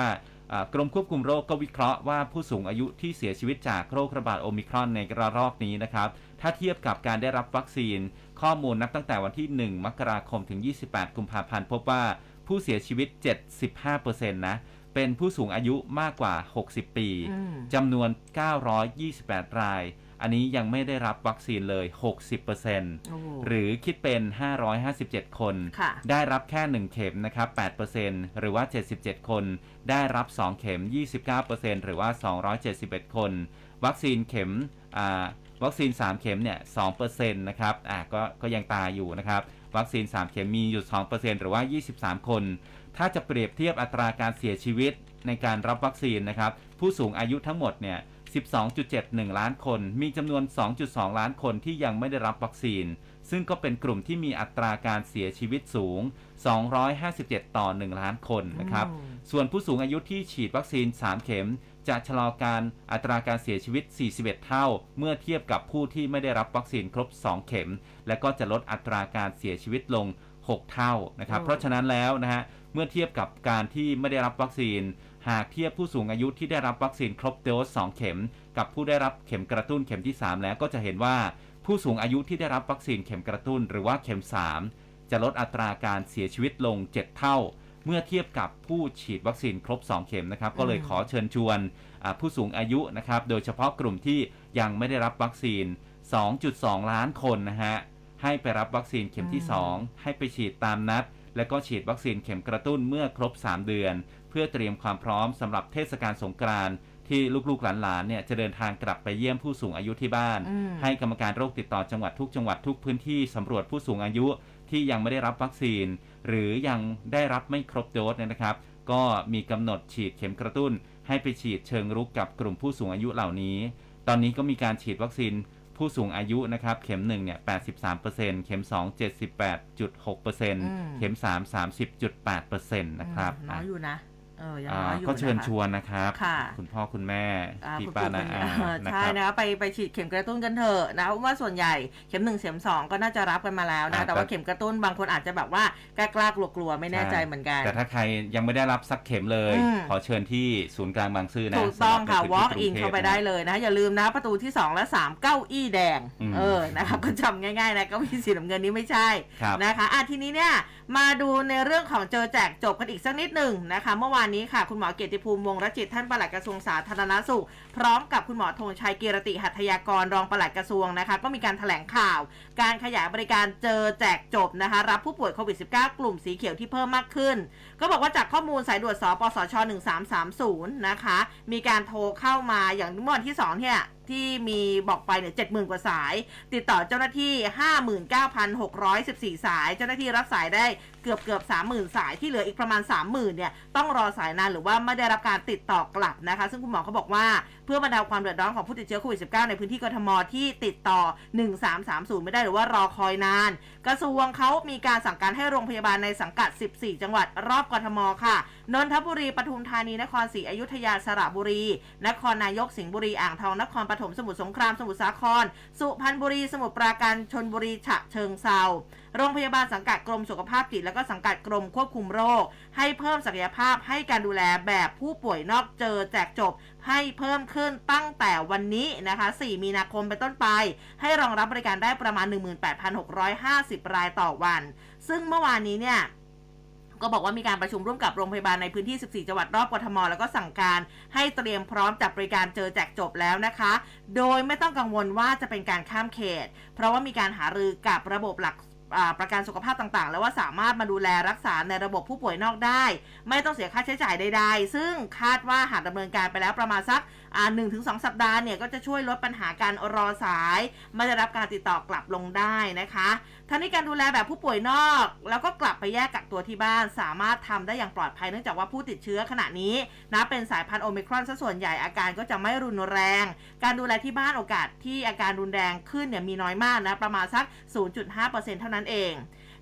กรมควบคุมโรคก็วิเคราะห์ว่าผู้สูงอายุที่เสียชีวิตจากโรคระบาดโอมิครอนในระลอกนี้นะครับถ้าเทียบกับการได้รับวัคซีนข้อมูลนับตั้งแต่วันที่หนึ่งมกราคมถึงยี่สิบแปดกุมภาพันธ์พบว่าผู้เสียชีวิต เจ็ดสิบห้าเปอร์เซ็นต์ นะเป็นผู้สูงอายุมากกว่าหกสิบปีจำนวนเก้าร้อยยี่สิบแปดรายอันนี้ยังไม่ได้รับวัคซีนเลย หกสิบเปอร์เซ็นต์ หรือคิดเป็นห้าร้อยห้าสิบเจ็ดคนได้รับแค่หนึ่งเข็มนะครับ แปดเปอร์เซ็นต์ หรือว่าเจ็ดสิบเจ็ดคนได้รับสองเข็ม ยี่สิบเก้าเปอร์เซ็นต์ หรือว่าสองร้อยเจ็ดสิบเอ็ดคนวัคซีนเข็มอ่าวัคซีนสามเข็มเนี่ย สองเปอร์เซ็นต์ นะครับอ่าก็ก็ยังตายอยู่นะครับวัคซีนสามเข็มมีอยู่ สองเปอร์เซ็นต์ หรือว่ายี่สิบสามคนถ้าจะเปรียบเทียบอัตราการเสียชีวิตในการรับวัคซีนนะครับผู้สูงอายุทั้งหมดเนี่ย สิบสองจุดเจ็ดหนึ่ง ล้านคนมีจำนวน สองจุดสอง ล้านคนที่ยังไม่ได้รับวัคซีนซึ่งก็เป็นกลุ่มที่มีอัตราการเสียชีวิตสูงสองร้อยห้าสิบเจ็ดต่อหนึ่งล้านคนนะครับส่วนผู้สูงอายุที่ฉีดวัคซีนสามเข็มจะชะลอการอัตราการเสียชีวิตสี่สิบเอ็ดเท่าเมื่อเทียบกับผู้ที่ไม่ได้รับวัคซีนครบสองเข็มและก็จะลดอัตราการเสียชีวิตลงหกเท่านะครับเพราะฉะนั้นแล้วนะฮะเมื่อเทียบกับการที่ไม่ได้รับวัคซีนหากเทียบผู้สูงอายุที่ได้รับวัคซีนครบโดสสองเข็มกับผู้ได้รับเข็มกระตุ้นเข็มที่สามแล้วก็จะเห็นว่าผู้สูงอายุที่ได้รับวัคซีนเข็มกระตุ้นหรือว่าเข็มสามจะลดอัตราการเสียชีวิตลงเจ็ดเท่าเมื่อเทียบกับผู้ฉีดวัคซีนครบสองเข็มนะครับก็เลยขอเชิญชวนผู้สูงอายุนะครับโดยเฉพาะกลุ่มที่ยังไม่ได้รับวัคซีน สองจุดสอง ล้านคนนะฮะให้ไปรับวัคซีนเข็มที่สองให้ไปฉีดตามนัดและก็ฉีดวัคซีนเข็มกระตุ้นเมื่อครบสามเดือนเพื่อเตรียมความพร้อมสำหรับเทศกาลสงกรานต์ที่ลูกๆหลานๆเนี่ยจะเดินทางกลับไปเยี่ยมผู้สูงอายุที่บ้านให้กรรมการโรคติดต่อจังหวัดทุกจังหวัดทุกพื้นที่สำรวจผู้สูงอายุที่ยังไม่ได้รับวัคซีนหรือยังได้รับไม่ครบโดสเนี่ยนะครับก็มีกำหนดฉีดเข็มกระตุ้นให้ไปฉีดเชิงรุกกับกลุ่มผู้สูงอายุเหล่านี้ตอนนี้ก็มีการฉีดวัคซีนผู้สูงอายุนะครับเข็มหนึ่งเนี่ย แปดสิบสามเปอร์เซ็นต์ เข็มสอง เจ็ดสิบแปดจุดหกเปอร์เซ็นต์ เข็มสาม สามสิบจุดแปดเปอร์เซ็นต์ นะครับน้อยอยู่นะเออยังน้อยอยู่ก็เชิญชวนนะครับคุณพ่อคุณแม่พี่ป้าน้าอาใช่นะไปไปฉีดเข็มกระตุ้นกันเถอะนะว่าส่วนใหญ่เข็มหนึ่งเข็มสองก็น่าจะรับกันมาแล้วนะแต่ว่าเข็มกระตุ้นบางคนอาจจะแบบว่ากล้ากล้ากลัวกลัวไม่แน่ใจเหมือนกันแต่ถ้าใครยังไม่ได้รับสักเข็มเลยขอเชิญที่ศูนย์กลางบางซื่อนะถูกต้องค่ะ walk in เข้าไปได้เลยนะอย่าลืมนะประตูที่สองและสามเก้าอี้แดงเออนะครับก็จำง่ายๆนะเก้าอี้สีน้ำเงินนี้ไม่ใช่นะคะอ่ะทีนี้เนี่ยมาดูในเรื่องของเจอแจกจบกันอีกสักนิดหนึ่งนะคะเมื่อวานนี้ค่ะคุณหมอเกียรติภูมิวงศ์รจิตท่านปลัดกระทรวงสาธารณสุขพร้อมกับคุณหมอธงชัยกีรติหัตถยากรรองปลัดกระทรวงนะคะก็มีการแถลงข่าวการขยายบริการเจอแจกจบนะคะรับผู้ป่วยโควิด สิบเก้า กลุ่มสีเขียวที่เพิ่มมากขึ้นก็บอกว่าจากข้อมูลสายด่วนสปสชหนึ่งสามสามศูนย์นะคะมีการโทรเข้ามาอย่างเมื่อวันที่สองเนี่ยที่มีบอกไปเนี่ย เจ็ดหมื่น กว่าสายติดต่อเจ้าหน้าที่ ห้าหมื่นเก้าพันหกร้อยสิบสี่ สายเจ้าหน้าที่รับสายได้เกือบเกือบ สามหมื่น สายที่เหลืออีกประมาณ สามหมื่น เนี่ยต้องรอสายนานหรือว่าไม่ได้รับการติดต่อกลับนะคะซึ่งคุณหมอเขาบอกว่าเพื่อบรรเทาความเดือดร้อนของผู้ติดเชื้อโควิด สิบเก้า ในพื้นที่กทมที่ติดต่อหนึ่งสามสามศูนย์ไม่ได้หรือว่ารอคอยนานกระทรวงเขามีการสั่งการให้โรงพยาบาลในสังกัดสิบสี่จังหวัดรอบกทมค่ะนนทบุรีปทุมธานีนครศรีอยุธยาสระบุรีนครนายกสิงห์บุรีอ่างทองนครปฐมสมุทรสงครามสมุทรสาครสุพรรณบุรีสมุทรปราการชลบุรีฉะเชิงเทราโรงพยาบาลสังกัดกรมสุขภาพจิตและก็สังกัดกรมควบคุมโรคให้เพิ่มศักยภาพให้การดูแลแบบผู้ป่วยนอกเจอแจกจบให้เพิ่มขึ้นตั้งแต่วันนี้นะคะสี่มีนาคมเป็นต้นไปให้รองรับบริการได้ประมาณ หนึ่งหมื่นแปดพันหกร้อยห้าสิบ รายต่อวันซึ่งเมื่อวานนี้เนี่ยก็บอกว่ามีการประชุมร่วมกับโรงพยาบาลในพื้นที่สิบสี่จังหวัดรอบกทมแล้วก็สั่งการให้เตรียมพร้อมจัดบริการเจอแจกจบแล้วนะคะโดยไม่ต้องกังวลว่าจะเป็นการข้ามเขตเพราะว่ามีการหารือกับระบบหลักประกันสุขภาพต่างๆแล้วว่าสามารถมาดูแลรักษาในระบบผู้ป่วยนอกได้ไม่ต้องเสียค่าใช้จ่ายใดๆซึ่งคาดว่าหากดำเนินการไปแล้วประมาณสักหนึ่งถึงสองสัปดาห์เนี่ยก็จะช่วยลดปัญหาการรอสายไม่ได้รับการติดต่อกลับลงได้นะคะทั้งนี้การดูแลแบบผู้ป่วยนอกแล้วก็กลับไปแยกกักตัวที่บ้านสามารถทำได้อย่างปลอดภัยเนื่องจากว่าผู้ติดเชื้อขณะนี้นะเป็นสายพันธุ์โอมิครอนซะส่วนใหญ่อาการก็จะไม่รุนแรงการดูแลที่บ้านโอกาสที่อาการรุนแรงขึ้นเนี่ยมีน้อยมากนะประมาณสัก ศูนย์จุดห้าเปอร์เซ็นต์ เท่านั้นเอง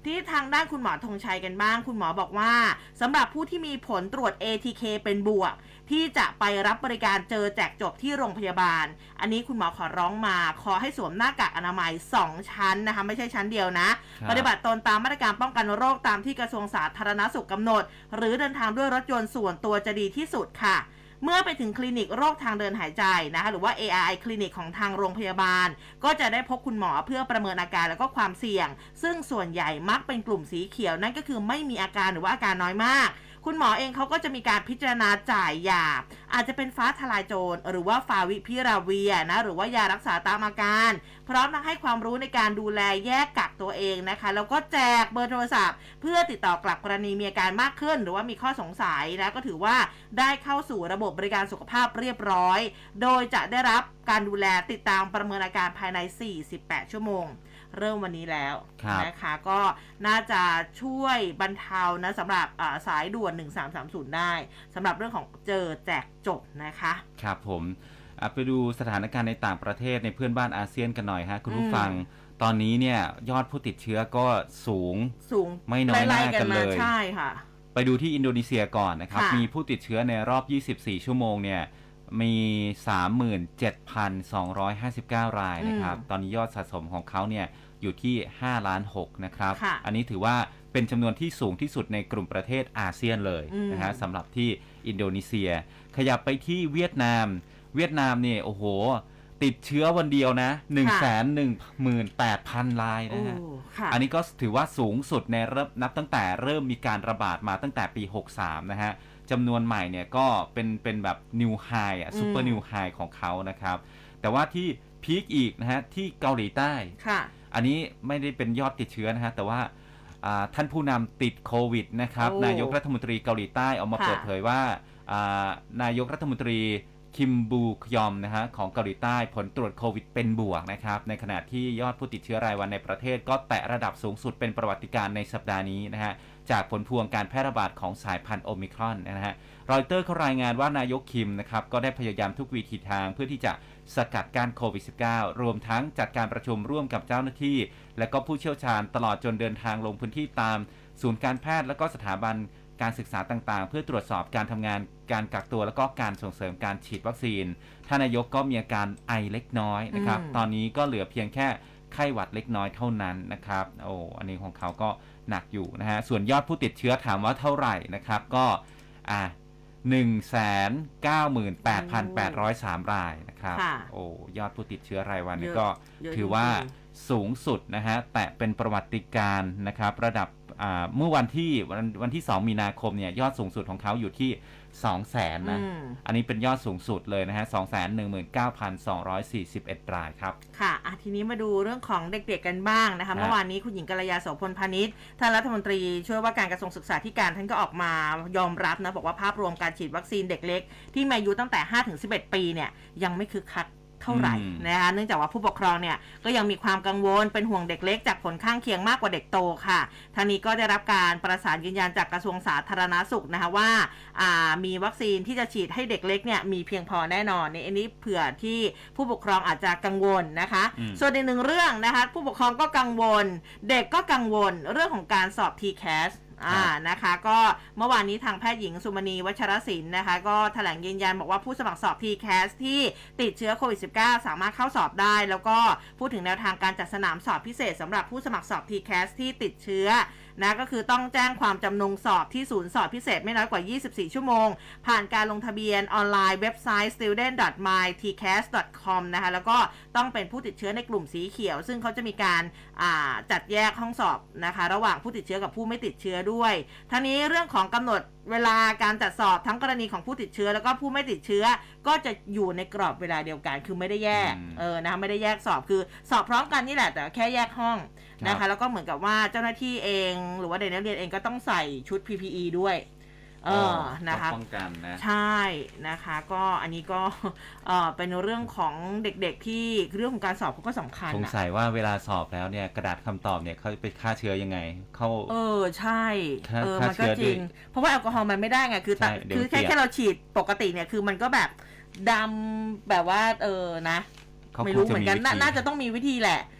ที่ทางด้านคุณหมอธงชัยกันบ้างคุณหมอบอกว่าสำหรับผู้ที่มีผลตรวจ เอ ที เค เป็นบวกที่จะไปรับบริการเจอแจกจบที่โรงพยาบาลอันนี้คุณหมอขอร้องมาขอให้สวมหน้ากากอนามัยสองชั้นนะคะไม่ใช่ชั้นเดียวนะปฏิบัติตนตามมาตรการป้องกันโรคตามที่กระทรวงสาธารณสุขกำหนดหรือเดินทางด้วยรถยนต์ส่วนตัวจะดีที่สุดค่ะเมื่อไปถึงคลินิกโรคทางเดินหายใจนะคะหรือว่า เอ อาร์ ไอ คลินิกของทางโรงพยาบาลก็จะได้พบคุณหมอเพื่อประเมินอาการแล้วก็ความเสี่ยงซึ่งส่วนใหญ่มักเป็นกลุ่มสีเขียวนั่นก็คือไม่มีอาการหรือว่าอาการน้อยมากคุณหมอเองเขาก็จะมีการพิจารณาจ่ายยาอาจจะเป็นฟ้าทลายโจรหรือว่าฟาวิพิราเวียนะหรือว่ายารักษาตามอาการพร้อมทั้งให้ความรู้ในการดูแลแยกกักตัวเองนะคะแล้วก็แจกเบอร์โทรศัพท์เพื่อติดต่อกลับกรณีมีอาการมากขึ้นหรือว่ามีข้อสงสัยนะก็ถือว่าได้เข้าสู่ระบบบริการสุขภาพเรียบร้อยโดยจะได้รับการดูแลติดตามประเมินอาการภายในสี่สิบแปดชั่วโมงเริ่มวันนี้แล้วนะคะก็น่าจะช่วยบรรเทานะสำหรับสายด่วนหนึ่งสามสามศูนย์ได้สำหรับเรื่องของเจอแจกจบนะคะครับผมไปดูสถานการณ์ในต่างประเทศในเพื่อนบ้านอาเซียนกันหน่อยฮะคุณผู้ฟังตอนนี้เนี่ยยอดผู้ติดเชื้อก็สูงสูงไม่น้อยหน้ากันเลยใช่ค่ะไปดูที่อินโดนีเซียก่อนนะครับมีผู้ติดเชื้อในรอบยี่สิบสี่ชั่วโมงเนี่ยมี สามหมื่นเจ็ดพันสองร้อยห้าสิบเก้า รายนะครับตอนนี้ยอดสะสมของเขาเนี่ยอยู่ที่ห้าล้านหกนะครับอันนี้ถือว่าเป็นจำนวนที่สูงที่สุดในกลุ่มประเทศอาเซียนเลยนะฮะสำหรับที่อินโดนีเซียขยับไปที่เวียดนามเวียดนามเนี่ยโอ้โหติดเชื้อวันเดียวนะ หนึ่งแสนหนึ่งหมื่นแปดพัน รายนะฮะอันนี้ก็ถือว่าสูงสุดในรอบนับตั้งแต่เริ่มมีการระบาดมาตั้งแต่ปีหกสิบสามนะฮะจำนวนใหม่เนี่ยก็เป็นเป็นแบบนิวไฮอ่ะซุปเปอร์นิวไฮของเขานะครับแต่ว่าที่พีคอีกนะฮะที่เกาหลีใต้อันนี้ไม่ได้เป็นยอดติดเชื้อนะฮะแต่ว่าท่านผู้นำติดโควิดนะครับนายกรัฐมนตรีเกาหลีใต้ออกมาเปิดเผยว่านายกรัฐมนตรีคิมบูคยอมนะฮะของเกาหลีใต้ผลตรวจโควิดเป็นบวกนะครับในขณะที่ยอดผู้ติดเชื้อรายวันในประเทศก็แตะระดับสูงสุดเป็นประวัติการณ์ในสัปดาห์นี้นะฮะจากผลพวงการแพร่ระบาดของสายพันธุ์โอมิครอนนะฮะรอยเตอร์เขารายงานว่านายกคิมนะครับก็ได้พยายามทุกวิธีทางเพื่อที่จะสกัดกั้นโควิด สิบเก้า รวมทั้งจัดการประชุมร่วมกับเจ้าหน้าที่และก็ผู้เชี่ยวชาญตลอดจนเดินทางลงพื้นที่ตามศูนย์การแพทย์และก็สถาบันการศึกษาต่างๆเพื่อตรวจสอบการทำงานการกักตัวและก็การส่งเสริมการฉีดวัคซีนท่านนายกก็มีอาการไอเล็กน้อยนะครับตอนนี้ก็เหลือเพียงแค่ไข้หวัดเล็กน้อยเท่านั้นนะครับโอ้อันนี้ของเขาก็หนักอยู่นะฮะส่วนยอดผู้ติดเชื้อถามว่าเท่าไหร่นะครับก็อ่า หนึ่งแสนเก้าหมื่นแปดพันแปดร้อยสาม รายนะครับโอ้ยอดผู้ติดเชื้อรายวันนี่ก็ถือว่าสูงสุดนะฮะแต่เป็นประวัติการณ์นะครับระดับเมื่อวันที่วันวันที่สองมีนาคมเนี่ยยอดสูงสุดของเขาอยู่ที่ สองแสน นะ อ, อันนี้เป็นยอดสูงสุดเลยนะฮะ สองแสนหนึ่งหมื่นเก้าพันสองร้อยสี่สิบเอ็ด รายครับค่ะอ่ะทีนี้มาดูเรื่องของเด็กๆกันบ้างนะคะเมื่อวานนี้คุณหญิงกัลยาโสพลพานิชท่านรัฐมนตรีช่วยว่าการกระทรวงศึกษาธิการท่านก็ออกมายอมรับนะบอกว่าภาพรวมการฉีดวัคซีนเด็กเล็กที่มีอายุตั้งแต่ ห้าถึงสิบเอ็ด ปีเนี่ยยังไม่คึกคักเท่าไหร่นะคะเนื่องจากว่าผู้ปกครองเนี่ยก็ยังมีความกังวลเป็นห่วงเด็กเล็กจากผลข้างเคียงมากกว่าเด็กโตค่ะทางนี้ก็ได้รับการประสานยืนยันจากกระทรวงสาธารณสุขนะคะว่ามีวัคซีนที่จะฉีดให้เด็กเล็กเนี่ยมีเพียงพอแน่นอนในอันนี้เผื่อที่ผู้ปกครองอาจจะกังวลนะคะส่วนอีกหนึ่งเรื่องนะคะผู้ปกครองก็กังวลเด็กก็กังวลเรื่องของการสอบ ที แคสอ่านะคะก็เมื่อวานนี้ทางแพทย์หญิงสุมณีวัชรศิลป์นะคะก็แถลงยืนยันบอกว่าผู้สมัครสอบ ที แคส ที่ติดเชื้อโควิด สิบเก้า สามารถเข้าสอบได้แล้วก็พูดถึงแนวทางการจัดสนามสอบพิเศษสำหรับผู้สมัครสอบ ที แคส ที่ติดเชื้อนะก็คือต้องแจ้งความจำนงสอบที่ศูนย์สอบพิเศษไม่น้อยกว่ายี่สิบสี่ชั่วโมงผ่านการลงทะเบียนออนไลน์เว็บไซต์ สติวเดนต์ ดอท มาย ที แคส ดอท คอม นะคะแล้วก็ต้องเป็นผู้ติดเชื้อในกลุ่มสีเขียวซึ่งเขาจะมีการจัดแยกห้องสอบนะคะระหว่างผู้ติดเชื้อกับผู้ไม่ติดเชื้อด้วยทั้งนี้เรื่องของกำหนดเวลาการจัดสอบทั้งกรณีของผู้ติดเชื้อแล้วก็ผู้ไม่ติดเชื้อก็จะอยู่ในกรอบเวลาเดียวกันคือไม่ได้แยกเออนะคะไม่ได้แยกสอบคือสอบพร้อมกันนี่แหละแต่แค่แยกห้องนะคะแล้วก็เหมือนกับว่าเจ้าหน้าที่เองหรือว่าเด็กนักเรียนเองก็ต้องใส่ชุด พี พี อี ด้วยเออนะคะป้องกันนะใช่นะคะก็อันนี้ก็เออเป็นเรื่องของเด็กๆที่เรื่องของการสอบเขาก็สำคัญสงสัยว่าเวลาสอบแล้วเนี่ยกระดาษคำตอบเนี่ยเขาไปฆ่าเชื้อยังไงเขาเออใช่เออมันก็จริงเพราะว่าแอลกอฮอล์มันไม่ได้ไงคือคือแค่แค่เราฉีดปกติเนี่ยคือมันก็แบบดำแบบว่าเออนะไม่รู้เหมือนกันน่าจะต้องมีวิธีแหละ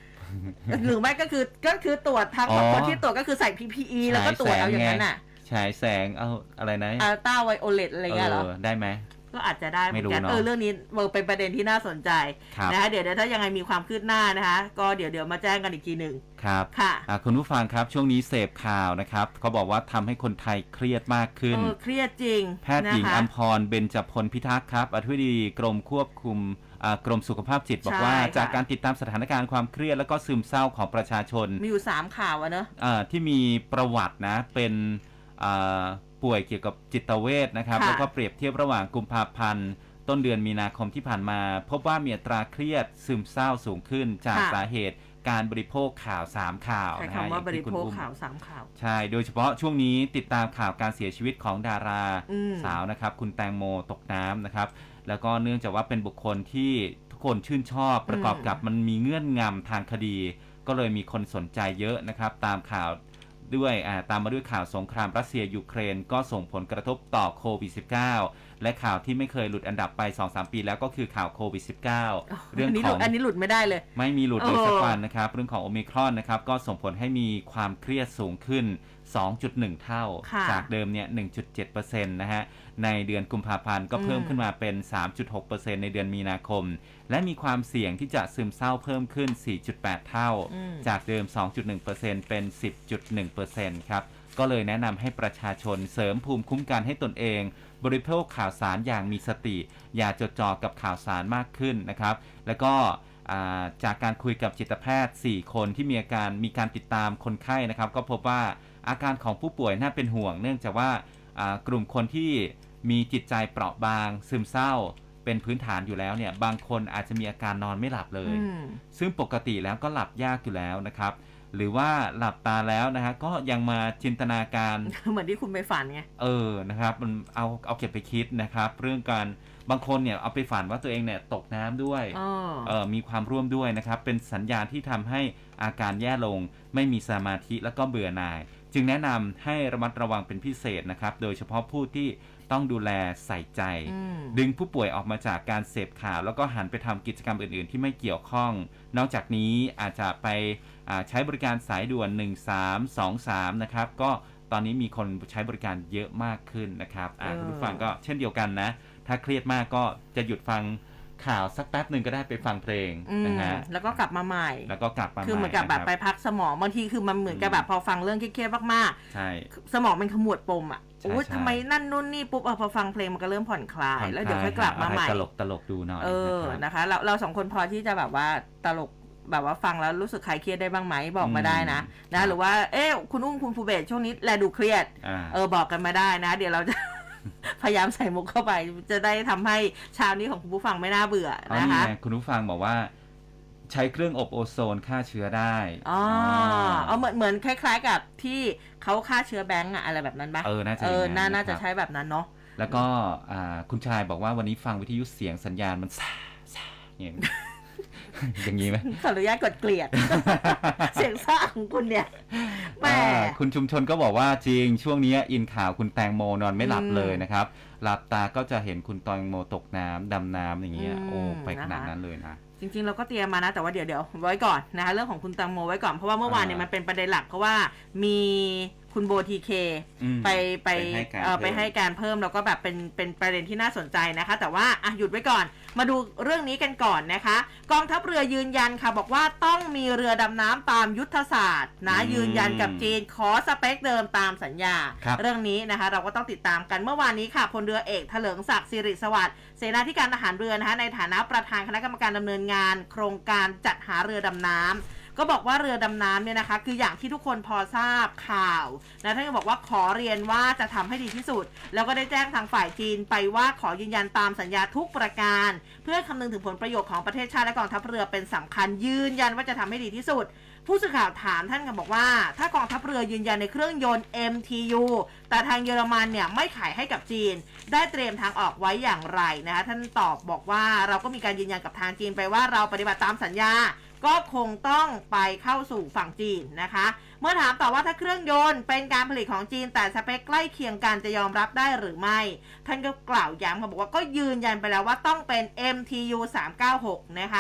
หรือไม่ก็คือก็คือตรวจทางคนที่ตรวจก็คือใส่ พี พี อี แล้วก็ตรวจเอาอย่างนั้นน่ะฉายแสงเอาอะไรนะอัลตราไวโอเลตอะไรเงี้ยเหรอได้ไหมก็อาจจะได้เหมือนกันเออเรื่องนี้เป็นประเด็นที่น่าสนใจนะคะเดี๋ยวถ้ายังไงมีความคืบหน้านะคะก็เดี๋ยวเดี๋ยวมาแจ้งกันอีกทีหนึ่งครับค่ะคุณผู้ฟังครับช่วงนี้เสพข่าวนะครับเขาบอกว่าทำให้คนไทยเครียดมากขึ้นเออเครียดจริงแพทย์หญิงอัมพรเบญจพลพิทักษ์ครับอธิบดีกรมควบคุมกรมสุขภาพจิตบอกว่าจากการติดตามสถานการณ์ความเครียดแล้วก็ซึมเศร้าของประชาชนมีอยู่สามข่าวอะเนอะที่มีประวัตินะเป็นป่วยเกี่ยวกับจิตเวชนะครับแล้วก็เปรียบเทียบระหว่างกุมภาพันธ์ต้นเดือนมีนาคมที่ผ่านมาพบว่ามีอัตราเครียดซึมเศร้าสูงขึ้นจากสาเหตุการบริโภคข่าวสามข่าวใช้คำว่าบริโภคข่าวสามข่าวใช่โดยเฉพาะช่วงนี้ติดตามข่าวการเสียชีวิตของดาราสาวนะครับคุณแตงโมตกน้ำนะครับแล้วก็เนื่องจากว่าเป็นบุคคลที่ทุกคนชื่นชอบประกอบกับมันมีเงื่อนงำทางคดีก็เลยมีคนสนใจเยอะนะครับตามข่าวด้วยตามมาด้วยข่าวสงครามรัสเซียยูเครนก็ส่งผลกระทบต่อโควิด สิบเก้า และข่าวที่ไม่เคยหลุดอันดับไป สองถึงสาม ปีแล้วก็คือข่าวโควิด สิบเก้าเรื่องของอันนี้หลุดไม่ได้เลยไม่มีหลุดเลยสักวันนะครับเรื่องของโอมิครอนนะครับก็ส่งผลให้มีความเครียดสูงขึ้น สองจุดหนึ่ง เท่าจากเดิมเนี่ย หนึ่งจุดเจ็ดเปอร์เซ็นต์ นะฮะในเดือนกุมภาพันธ์ก็เพิ่มขึ้นมาเป็น สามจุดหกเปอร์เซ็นต์ ในเดือนมีนาคมและมีความเสี่ยงที่จะซึมเศร้าเพิ่มขึ้น สี่จุดแปด เท่าจากเดิม สองจุดหนึ่งเปอร์เซ็นต์ เป็น สิบจุดหนึ่งเปอร์เซ็นต์ ครับก็เลยแนะนำให้ประชาชนเสริมภูมิคุ้มกันให้ตนเองบริโภคข่าวสารอย่างมีสติอย่าจดจ่อกับข่าวสารมากขึ้นนะครับแล้วก็จากการคุยกับจิตแพทย์สี่คนที่มีอาการมีการติดตามคนไข้นะครับก็พบว่าอาการของผู้ป่วยน่าเป็นห่วงเนื่องจากว่ากลุ่มคนที่มีจิตใจเปราะบางซึมเศร้าเป็นพื้นฐานอยู่แล้วเนี่ยบางคนอาจจะมีอาการนอนไม่หลับเลยซึ่งปกติแล้วก็หลับยากอยู่แล้วนะครับหรือว่าหลับตาแล้วนะฮะก็ยังมาจินตนาการเหมือนที่คุณไปฝันไงเออนะครับมันเอาเอาเก็บไปคิดนะครับเรื่องการบางคนเนี่ยเอาไปฝันว่าตัวเองเนี่ยตกน้ำด้วยเออมีความร่วมด้วยนะครับเป็นสัญญาณที่ทำให้อาการแย่ลงไม่มีสมาธิแล้วก็เบื่อหน่ายจึงแนะนำให้ระมัดระวังเป็นพิเศษนะครับโดยเฉพาะผู้ที่ต้องดูแลใส่ใจดึงผู้ป่วยออกมาจากการเสพข่าวแล้วก็หันไปทำกิจกรรมอื่นๆที่ไม่เกี่ยวข้องนอกจากนี้อาจจะไปใช้บริการสายด่วนหนึ่งสามสองสามนะครับก็ตอนนี้มีคนใช้บริการเยอะมากขึ้นนะครับคุณผู้ฟังก็เช่นเดียวกันนะถ้าเครียดมากก็จะหยุดฟังข่าวสักแป๊บหนึ่งก็ได้ไปฟังเพลงนะฮะแล้วก็กลับมาใหม่แล้วก็กลับมาคือเหมือนกับแบบไปพักสมองบางทีคือมันเหมือนกับแบบพอฟังเรื่องเครียดๆมากๆใช่สมองมันขมวดปมอ่ะโอ้ยทำไมนั่นนู่นนี่ปุ๊บพอฟังเพลงมันก็เริ่มผ่อนคลายแล้วเดี๋ยวค่อยกลับมาใหม่ตลกตลกดูหน่อยเออนะคะเราเราสองคนพอที่จะแบบว่าตลกแบบว่าฟังแล้วรู้สึกคลายเครียดได้บ้างไหมบอกมาได้นะนะหรือว่าเอ๊ะคุณอุ้มคุณภูเบศช่วงนี้แลดูเครียดเออบอกกันมาได้นะเดี๋ยวเราจะพยายามใส่มุกเข้าไปจะได้ทำให้เช้านี้ของคุณผู้ฟังไม่น่าเบื่อนะคะคุณผู้ฟังบอกว่าใช้เครื่องอบโอโซนฆ่าเชื้อได้อ๋อเอาเหมือนเหมือนคล้ายๆกับที่เขาฆ่าเชื้อแบงก์อะอะไรแบบนั้นปะเออน่าจะเออน่าจะใช้แบบนั้นเนาะแล้วก็คุณชายบอกว่าวันนี้ฟังวิทยุเสียงสัญญาณมันซ่าซ่าอย่างนี้อย่างนี้ไหมขออนุญาตกดเกลียดเสียงซ่าของคุณเนี่ยแหมคุณชุมชนก็บอกว่าจริงช่วงนี้อินข่าวคุณแตงโมนอนไม่หลับเลยนะครับหลับตาก็จะเห็นคุณแตงโมตกน้ำดำน้ำอย่างเงี้ยโอ้ไปขนาดนั้นเลยนะจริงๆเราก็เตรียมมานะแต่ว่าเดี๋ยวเดี๋ยวไว้ก่อนนะคะเรื่องของคุณแตงโมไว้ก่อนเพราะว่าเมื่อวานเนี่ยมันเป็นประเด็นหลักเพราะว่ามีคุณโบทีเคไปไปไปให้การเพิ่มแล้วก็แบบเป็นเป็นประเด็นที่น่าสนใจนะคะแต่ว่าอ่ะหยุดไว้ก่อนมาดูเรื่องนี้กันก่อนนะคะกองทัพเรือยืนยันค่ะบอกว่าต้องมีเรือดำน้ำตามยุทธศาสตร์นะยืนยันกับจีนขอสเปคเดิมตามสัญญาเรื่องนี้นะคะเราก็ต้องติดตามกันเมื่อวานนี้ค่ะพลเรือเอกเถลิงศักดิ์สิริสวัสดิ์เสนาธิการทหารเรือนะคะในฐานะประธานคณะกรรมการดำเนินงานโครงการจัดหาเรือดำน้ำก็บอกว่าเรือดำน้ำเนี่ยนะคะคืออย่างที่ทุกคนพอทราบข่าวนะท่านก็บอกว่าขอเรียนว่าจะทำให้ดีที่สุดแล้วก็ได้แจ้งทางฝ่ายจีนไปว่าขอยืนยันตามสัญญาทุกประการเพื่อคำนึงถึงผลประโยชน์ของประเทศชาติและกองทัพเรือเป็นสำคัญยืนยันว่าจะทำให้ดีที่สุดผู้สื่อข่าวถามท่านก็บอกว่าถ้ากองทัพเรือยืนยันในเครื่องยนต์ เอ็ม ที ยู แต่ทางเยอรมันเนี่ยไม่ขายให้กับจีนได้เตรียมทางออกไว้อย่างไรนะคะท่านตอบบอกว่าเราก็มีการยืนยันกับทางจีนไปว่าเราปฏิบัติตามสัญญาก็คงต้องไปเข้าสู่ฝั่งจีนนะคะเมื่อถามต่อว่าถ้าเครื่องยนต์เป็นการผลิตของจีนแต่สเปคใกล้เคียงกันจะยอมรับได้หรือไม่ท่านก็กล่าวย้ำมาบอกว่าก็ยืนยันไปแล้วว่าต้องเป็น เอ็ม ที ยู สามเก้าหกนะคะ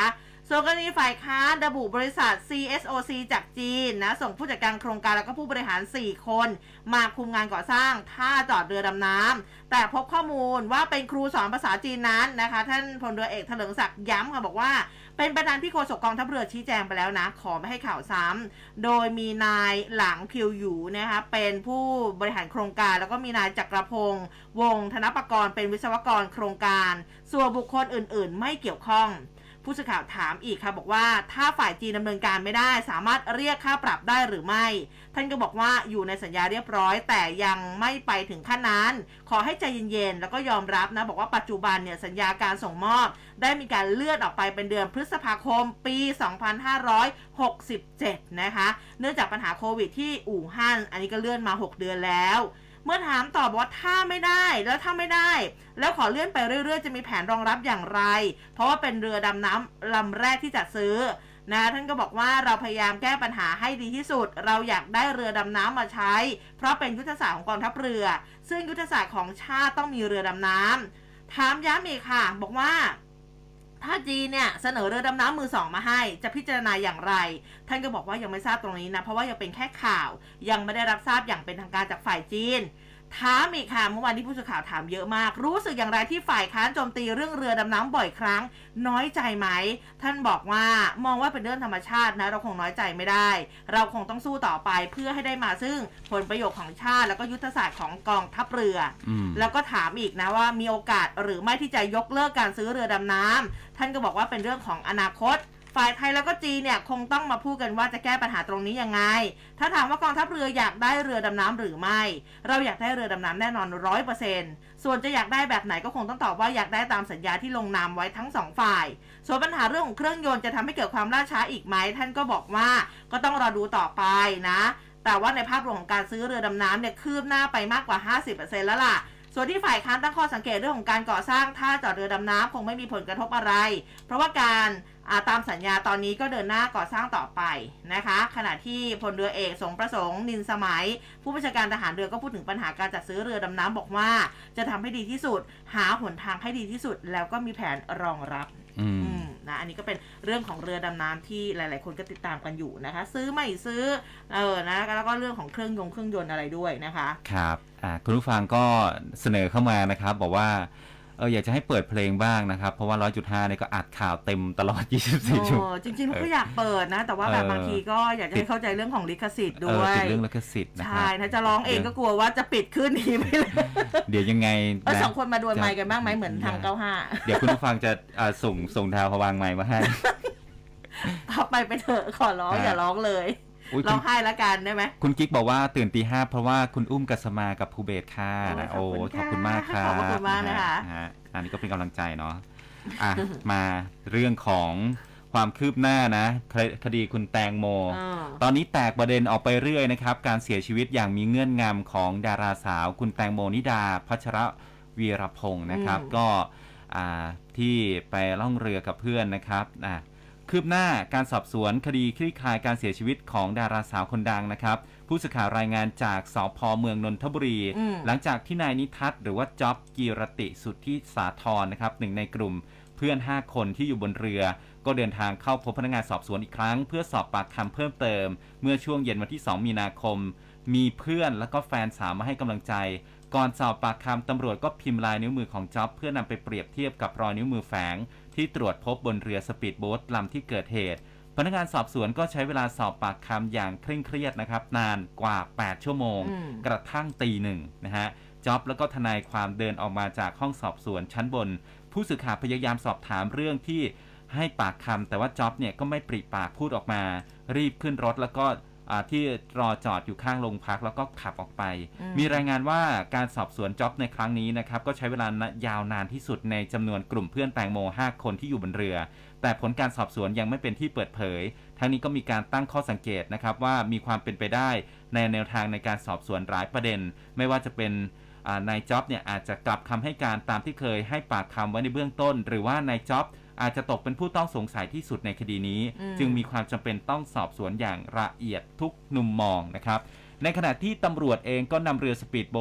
ส่วนกรณีฝ่ายค้านระบุบริษัท ซี เอส โอ ซี จากจีนนะส่งผู้จัดการโครงการแล้วก็ผู้บริหารสี่คนมาคุมงานก่อสร้างท่าจอดเรือดำน้ำแต่พบข้อมูลว่าเป็นครูสอนภาษาจีนนั้นนะคะท่านพลเรือเอกเถลิงศักดิ์ย้ำค่ะบอกว่าเป็นประธานที่โฆษกกองทัพเรือชี้แจงไปแล้วนะขอไม่ให้ข่าวซ้ำโดยมีนายหลังพิวหยูนะคะเป็นผู้บริหารโครงการแล้วก็มีนายจักรพงศ์วงศ์ธนปกรณ์เป็นวิศวกรโครงการส่วนบุคคลอื่นๆไม่เกี่ยวข้องผู้สื่อข่าวถามอีกค่ะบอกว่าถ้าฝ่ายจีนดำเนินการไม่ได้สามารถเรียกค่าปรับได้หรือไม่ท่านก็บอกว่าอยู่ในสัญญาเรียบร้อยแต่ยังไม่ไปถึงขั้นนั้นขอให้ใจเย็นๆแล้วก็ยอมรับนะบอกว่าปัจจุบันเนี่ยสัญญาการส่งมอบได้มีการเลื่อนออกไปเป็นเดือนพฤษภาคมปีสองพันห้าร้อยหกสิบเจ็ดนะคะเนื่องจากปัญหาโควิดที่อู่ฮั่นอันนี้ก็เลื่อนมาหกเดือนแล้วเมื่อถามตอบว่าถ้าไม่ได้แล้วถ้าไม่ได้แล้วขอเลื่อนไปเรื่อยๆจะมีแผนรองรับอย่างไรเพราะว่าเป็นเรือดำน้ำลำแรกที่จัดซื้อนะท่านก็บอกว่าเราพยายามแก้ปัญหาให้ดีที่สุดเราอยากได้เรือดำน้ำมาใช้เพราะเป็นยุทธศาสตร์ของกองทัพเรือซึ่งยุทธศาสตร์ของชาติต้องมีเรือดำน้ำถามย้ำอีกค่ะบอกว่าถ้าจีนเนี่ยเสนอเรือดำน้ำมือสองมาให้จะพิจารณาอย่างไรท่านก็บอกว่ายังไม่ทราบตรงนี้นะเพราะว่ายังเป็นแค่ข่าวยังไม่ได้รับทราบอย่างเป็นทางการจากฝ่ายจีนถามอีกค่ะเมื่อวานที่ผู้สื่อข่าวถามเยอะมากรู้สึกอย่างไรที่ฝ่ายค้านโจมตีเรื่องเรือดำน้ำบ่อยครั้งน้อยใจไหมท่านบอกว่ามองว่าเป็นเรื่องธรรมชาตินะเราคงน้อยใจไม่ได้เราคงต้องสู้ต่อไปเพื่อให้ได้มาซึ่งผลประโยชน์ของชาติแล้วก็ยุทธศาสตร์ของกองทัพเรือแล้วก็ถามอีกนะว่ามีโอกาสหรือไม่ที่จะยกเลิกการซื้อเรือดำน้ำท่านก็บอกว่าเป็นเรื่องของอนาคตฝ่ายไทยแล้วก็จีนเนี่ยคงต้องมาพูดกันว่าจะแก้ปัญหาตรงนี้ยังไงถ้าถามว่ากองทัพเรืออยากได้เรือดำน้ำหรือไม่เราอยากได้เรือดำน้ำแน่นอน ร้อยเปอร์เซ็นต์ ส่วนจะอยากได้แบบไหนก็คงต้องตอบว่าอยากได้ตามสัญญาที่ลงนามไว้ทั้งสองฝ่ายส่วนปัญหาเรื่องของเครื่องยนต์จะทำให้เกิดความล่าช้าอีกไหมท่านก็บอกว่าก็ต้องรอดูต่อไปนะแต่ว่าในภาพรวมของการซื้อเรือดำน้ำเนี่ยคืบหน้าไปมากกว่า ห้าสิบเปอร์เซ็นต์ แล้วล่ะส่วนที่ฝ่ายค้านตั้งข้อสังเกตเรื่องของการก่อสร้างท่าจอดเรือดำน้ำคงไม่มีผลกระทบอะไรเพราะว่าการตามสัญญาตอนนี้ก็เดินหน้าก่อสร้างต่อไปนะคะขณะที่พลเรือเอกสมประสงค์นินสมัยผู้บัญชาการทหารเรือก็พูดถึงปัญหาการจัดซื้อเรือดำน้ำบอกว่าจะทำให้ดีที่สุดหาหนทางให้ดีที่สุดแล้วก็มีแผนรองรับนะอันนี้ก็เป็นเรื่องของเรือดำน้ำที่หลายๆคนก็ติดตามกันอยู่นะคะซื้อไม่ซื้อเออนะแล้วก็เรื่องของเครื่องยนต์เครื่องยนต์อะไรด้วยนะคะครับอ่าคุณผู้ฟังก็เสนอเข้ามานะครับบอกว่าเอออยากจะให้เปิดเพลงบ้างนะครับเพราะว่า ร้อยจุดห้า เนี่ยก็อัดข่าวเต็มตลอดยี่สิบสี่ชั่วโมงจริงๆเราก็อยากเปิดนะแต่ว่าแบบบางทีก็อยากจะให้เข้าใจเรื่องของลิขสิทธิ์ด้วยติดเรื่องลิขสิทธิ์นะใช่ถ้าจะร้องเองก็กลัวว่าจะปิดขึ้นทีไม่เลยเดี๋ยวยังไงเออสองคนมาดวลไมค์กันบ้างไหมเหมือนทางเก้าห้าเดี๋ยวคุณผู้ฟังจะส่งส่งดาวพวางไมค์มาให้ต่อไปไปเถอะขอร้องอย่าร้องเลยร้องไห้แล้วกันได้ไหมคุณกิ๊กบอกว่าตื่นตีห้าเพราะว่าคุณอุ้มกัสมากับภูเบศค่ะนะโอ้ขอบคุณมากครับขอบคุณมากนะคะอันนี้ก็เป็นกำลังใจเนาะอ่ะมาเรื่องของความคืบหน้านะคดีคุณแตงโมตอนนี้แตกประเด็นออกไปเรื่อยนะครับการเสียชีวิตอย่างมีเงื่อนงำของดาราสาวคุณแตงโมนิดาพัชรวีรพงศ์นะครับก็ที่ไปล่องเรือกับเพื่อนนะครับอ่ะคืบหน้าการสอบสวนคดีคลี่คลายการเสียชีวิตของดาราสาวคนดังนะครับผู้สื่อข่าวรายงานจากสภ.เมืองนนทบุรีหลังจากที่นายนิทัศน์หรือว่าจ๊อบกีรติสุทธิสาธรนะครับหนึ่งในกลุ่มเพื่อนห้าคนที่อยู่บนเรือก็เดินทางเข้าพบพนักงานสอบสวนอีกครั้งเพื่อสอบปากคำเพิ่มเติมเมื่อช่วงเย็นวันที่สองมีนาคมมีเพื่อนและก็แฟนสาวมาให้กำลังใจก่อนสอบปากคำตำรวจก็พิมพ์ลายนิ้วมือของจ๊อบเพื่อนำไปเปรียบเทียบกับรอยนิ้วมือแฝงที่ตรวจพบบนเรือสปีดโบ๊ทลำที่เกิดเหตุพนักงานสอบสวนก็ใช้เวลาสอบปากคำอย่างเคร่งเครียดนะครับนานกว่าแปดชั่วโมงกระทั่งตีหนึ่งนะฮะจ๊อบแล้วก็ทนายความเดินออกมาจากห้องสอบสวนชั้นบนผู้สื่อข่าวพยายามสอบถามเรื่องที่ให้ปากคำแต่ว่าจ๊อบเนี่ยก็ไม่ปริปากพูดออกมารีบขึ้นรถแล้วก็ที่รอจอดอยู่ข้างโรงพักแล้วก็ขับออกไปมีรายงานว่าการสอบสวนจ๊อบในครั้งนี้นะครับก็ใช้เวลายาวนานที่สุดในจำนวนกลุ่มเพื่อนแตงโมห้าคนที่อยู่บนเรือแต่ผลการสอบสวนยังไม่เป็นที่เปิดเผยทั้งนี้ก็มีการตั้งข้อสังเกตนะครับว่ามีความเป็นไปได้ในแนวทางในการสอบสวนหลายประเด็นไม่ว่าจะเป็นนายจ๊อบเนี่ยอาจจะกลับคำให้การตามที่เคยให้ปากคำไว้ในเบื้องต้นหรือว่านายจ๊อบอาจจะตกเป็นผู้ต้องสงสัยที่สุดในคดีนี้จึงมีความจำเป็นต้องสอบสวนอย่างละเอียดทุกมุมมองนะครับในขณะที่ตำรวจเองก็นำเรือสปีดโบ๊ท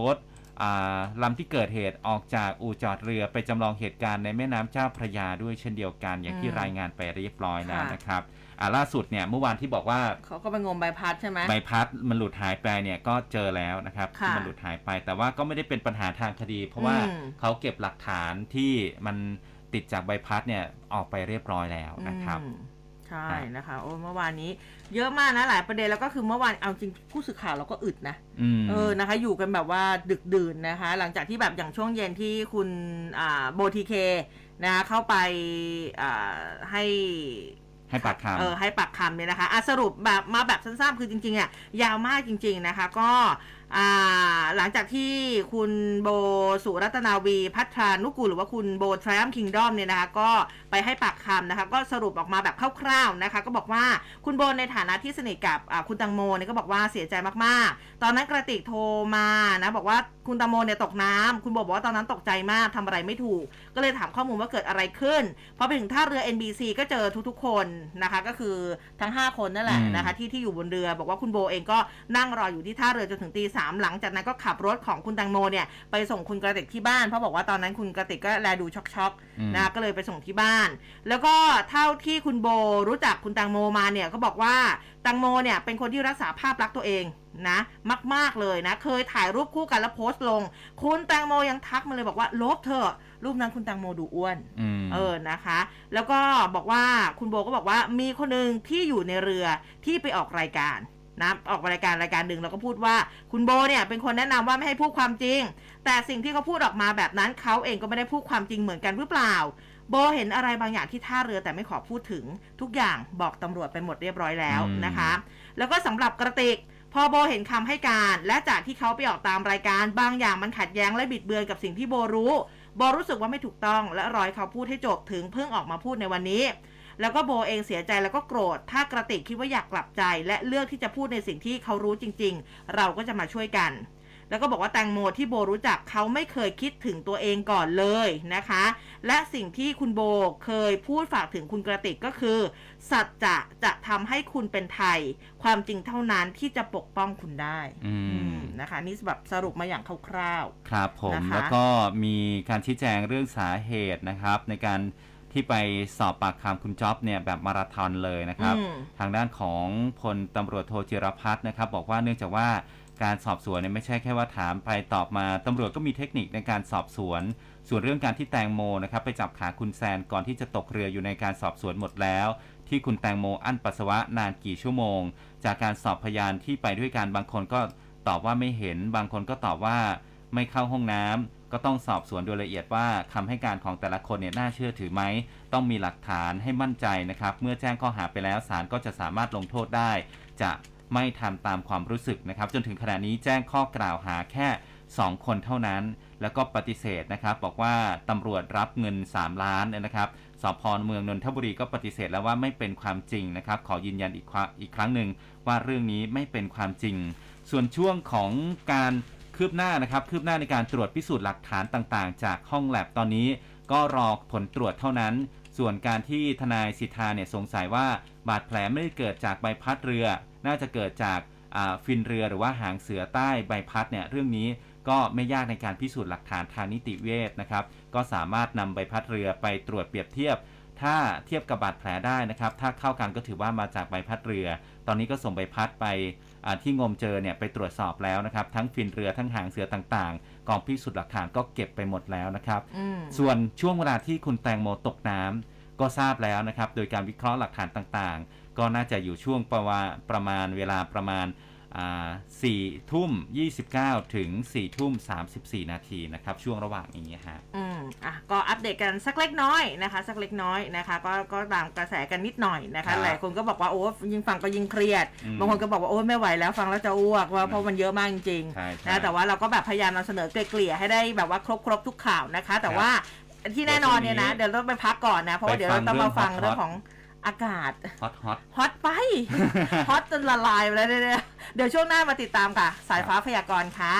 ลำที่เกิดเหตุออกจากอู่จอดเรือไปจำลองเหตุการณ์ในแม่น้ำเจ้าพระยาด้วยเช่นเดียวกันอย่างที่รายงานไปเรียบร้อยแล้วนะครับล่าสุดเนี่ยเมื่อวานที่บอกว่าเขาก็ไปงมใบพัดใช่ไหมใบพัดมันหลุดหายไปเนี่ยก็เจอแล้วนะครับที่มันหลุดหายไปแต่ว่าก็ไม่ได้เป็นปัญหาทางคดีเพราะว่าเขาเก็บหลักฐานที่มันติดจากใบพัดเนี่ยออกไปเรียบร้อยแล้วนะครับใช่นะคะโอ้เมื่อวานนี้เยอะมากนะหลายประเด็นแล้วก็คือเมื่อวานเอาจริงผู้สื่อข่าวเราก็อึดนะเออนะคะอยู่กันแบบว่าดึกดื่นนะคะหลังจากที่แบบอย่างช่วงเย็นที่คุณโบทีเคนะคะเข้าไปให้ให้ปากคำเออให้ปากคำเนี่ยนะคะสรุปแบบมาแบบสั้นๆคือจริงๆอ่ะยาวมากจริงๆนะคะก็หลังจากที่คุณโบสุรัตนาวีพัฒนุกูลหรือว่าคุณโบทรัมคิงดอมเนี่ยนะคะก็ไปให้ปากคำนะคะก็สรุปออกมาแบบคร่าวๆนะคะก็บอกว่าคุณโบในฐานะที่สนิทกับคุณตังโมเนี่ยก็บอกว่าเสียใจมากๆตอนนั้นกระติกโทรมานะบอกว่าคุณตังโมเนี่ยตกน้ำคุณโบบอกว่าตอนนั้นตกใจมากทำอะไรไม่ถูกก็เลยถามข้อมูลว่าเกิดอะไรขึ้นพอไปถึงท่าเรือ เอ็น บี ซี ก็เจอทุกๆคนนะคะก็คือทั้งห้าคนนั่นแหละนะคะที่ที่อยู่บนเรือบอกว่าคุณโบเองก็นั่งรออยู่ที่ท่าเรือจนถึงตีสามหลังจากนั้นก็ขับรถของคุณตังโมเนี่ยไปส่งคุณกระติกที่บ้านเพราะบอกว่าตอนนั้นคุณกระติกก็แลดูช็อกๆนะก็เลยไปส่งที่บ้านแล้วก็เท่าที่คุณโบรู้จักคุณตังโมมาเนี่ยเขาบอกว่าตังโมเนี่ยเป็นคนที่รักษาภาพลักษณ์ตัวเองนะมากๆเลยนะเคยถ่ายรูปคู่กันแล้วโพสต์ลงคุณตังโมยังทักมาเลยบอกว่าลบเถอะรูปนั้นคุณตังโมดูอ้วนเออนะคะแล้วก็บอกว่าคุณโบก็บอกว่ามีคนนึงที่อยู่ในเรือที่ไปออกรายการนะออกรายการรายการหนึ่งแล้วก็พูดว่าคุณโบเนี่ยเป็นคนแนะนำว่าไม่ให้พูดความจริงแต่สิ่งที่เขาพูดออกมาแบบนั้นเขาเองก็ไม่ได้พูดความจริงเหมือนกันหรือเปล่าโบเห็นอะไรบางอย่างที่ท่าเรือแต่ไม่ขอพูดถึงทุกอย่างบอกตำรวจไปหมดเรียบร้อยแล้วนะคะแล้วก็สำหรับกระติกพอโบเห็นคำให้การและจากที่เขาไปออกตามรายการบางอย่างมันขัดแย้งและบิดเบือนกับสิ่งที่โบรู้โบรู้สึกว่าไม่ถูกต้องและรอให้เขาพูดให้จบถึงเพิ่งออกมาพูดในวันนี้แล้วก็โบเองเสียใจแล้วก็โกรธถ้ากระติกคิดว่าอยากกลับใจและเลือกที่จะพูดในสิ่งที่เขารู้จริงๆเราก็จะมาช่วยกันแล้วก็บอกว่าแตงโมที่โบรู้จักเขาไม่เคยคิดถึงตัวเองก่อนเลยนะคะและสิ่งที่คุณโบเคยพูดฝากถึงคุณกระติกก็คือสัจจะจะทำให้คุณเป็นไทยความจริงเท่านั้นที่จะปกป้องคุณได้นะคะนี่แบบสรุปมาอย่างคร่าวๆครับผมนะคะแล้วก็มีการชี้แจงเรื่องสาเหตุนะครับในการที่ไปสอบปากคำคุณจ๊อบเนี่ยแบบมาราธอนเลยนะครับทางด้านของพลตำรวจโทจิรพัฒน์นะครับบอกว่าเนื่องจากว่าการสอบสวนเนี่ยไม่ใช่แค่ว่าถามไปตอบมาตำรวจก็มีเทคนิคในการสอบสวนส่วนเรื่องการที่แตงโมนะครับไปจับขาคุณแซนก่อนที่จะตกเรืออยู่ในการสอบสวนหมดแล้วที่คุณแตงโมอั้นปัสสาวะนานกี่ชั่วโมงจากการสอบพยานที่ไปด้วยกันบางคนก็ตอบว่าไม่เห็นบางคนก็ตอบว่าไม่เข้าห้องน้ำก็ต้องสอบสวนโดยละเอียดว่าคำให้การของแต่ละคนเนี่ยน่าเชื่อถือไหมต้องมีหลักฐานให้มั่นใจนะครับเมื่อแจ้งข้อหาไปแล้วศาลก็จะสามารถลงโทษได้จะไม่ทำตามความรู้สึกนะครับจนถึงขณะนี้แจ้งข้อกล่าวหาแค่สองคนเท่านั้นแล้วก็ปฏิเสธนะครับบอกว่าตำรวจรับเงินสามล้านนะครับสภ.เมืองนนทบุรีก็ปฏิเสธแล้วว่าไม่เป็นความจริงนะครับขอยืนยันอีกอีกครั้งหนึ่งว่าเรื่องนี้ไม่เป็นความจริงส่วนช่วงของการคืบหน้านะครับคืบหน้าในการตรวจพิสูจน์หลักฐานต่างๆจากห้องแลบตอนนี้ก็รอผลตรวจเท่านั้นส่วนการที่ทนายสิทธาเนี่ยสงสัยว่าบาดแผลไม่ได้เกิดจากใบพัดเรือน่าจะเกิดจากฟินเรือหรือว่าหางเสือใต้ใบพัดเนี่ยเรื่องนี้ก็ไม่ยากในการพิสูจน์หลักฐานทางนิติเวชนะครับก็สามารถนำใบพัดเรือไปตรวจเปรียบเทียบถ้าเทียบกับบาดแผลได้นะครับถ้าเข้ากันก็ถือว่ามาจากใบพัดเรือตอนนี้ก็ส่งใบพัดไปที่งมเจอเนี่ยไปตรวจสอบแล้วนะครับทั้งฟินเรือทั้งหางเสือต่างๆกองพิสูจน์หลักฐานก็เก็บไปหมดแล้วนะครับส่วนช่วงเวลาที่คุณแตงโมตกน้ำก็ทราบแล้วนะครับโดยการวิเคราะห์หลักฐานต่างๆก็น่าจะอยู่ช่วงประมาณประมาณเวลาประมาณสี่ทุ่มยี่สิบเก้าถึงสี่ทุ่มสามสิบสี่นาทีนะครับช่วงระหว่างนี้ฮะอืมอ่ะก็อัปเดตกันสักเล็กน้อยนะคะสักเล็กน้อยนะคะก็ก็ตามกระแสกันนิดหน่อยนะคะหลายคนก็บอกว่าโอ้ยิ่งฟังก็ยิ่งเครียดบางคนก็บอกว่าโอ้ไม่ไหวแล้วฟังแล้วจะอ้วกว่าเพราะมันเยอะมากจริงๆนะแต่ว่าเราก็แบบพยายามนำเสนอเกลี่ยให้ได้แบบว่าครบครบทุกข่าวนะคะแต่ว่าที่แน่นอนเนี่ยนะเดี๋ยวต้องไปพักก่อนนะเพราะว่าเดี๋ยวเราต้องมาฟังเรื่องของอากาศฮอตฮอตฮอตไปฮอตจนละลายไปแล้วเนี่ยเดี๋ยวช่วงหน้ามาติดตามค่ะสายฟ้าพยากรณ์ค่ะ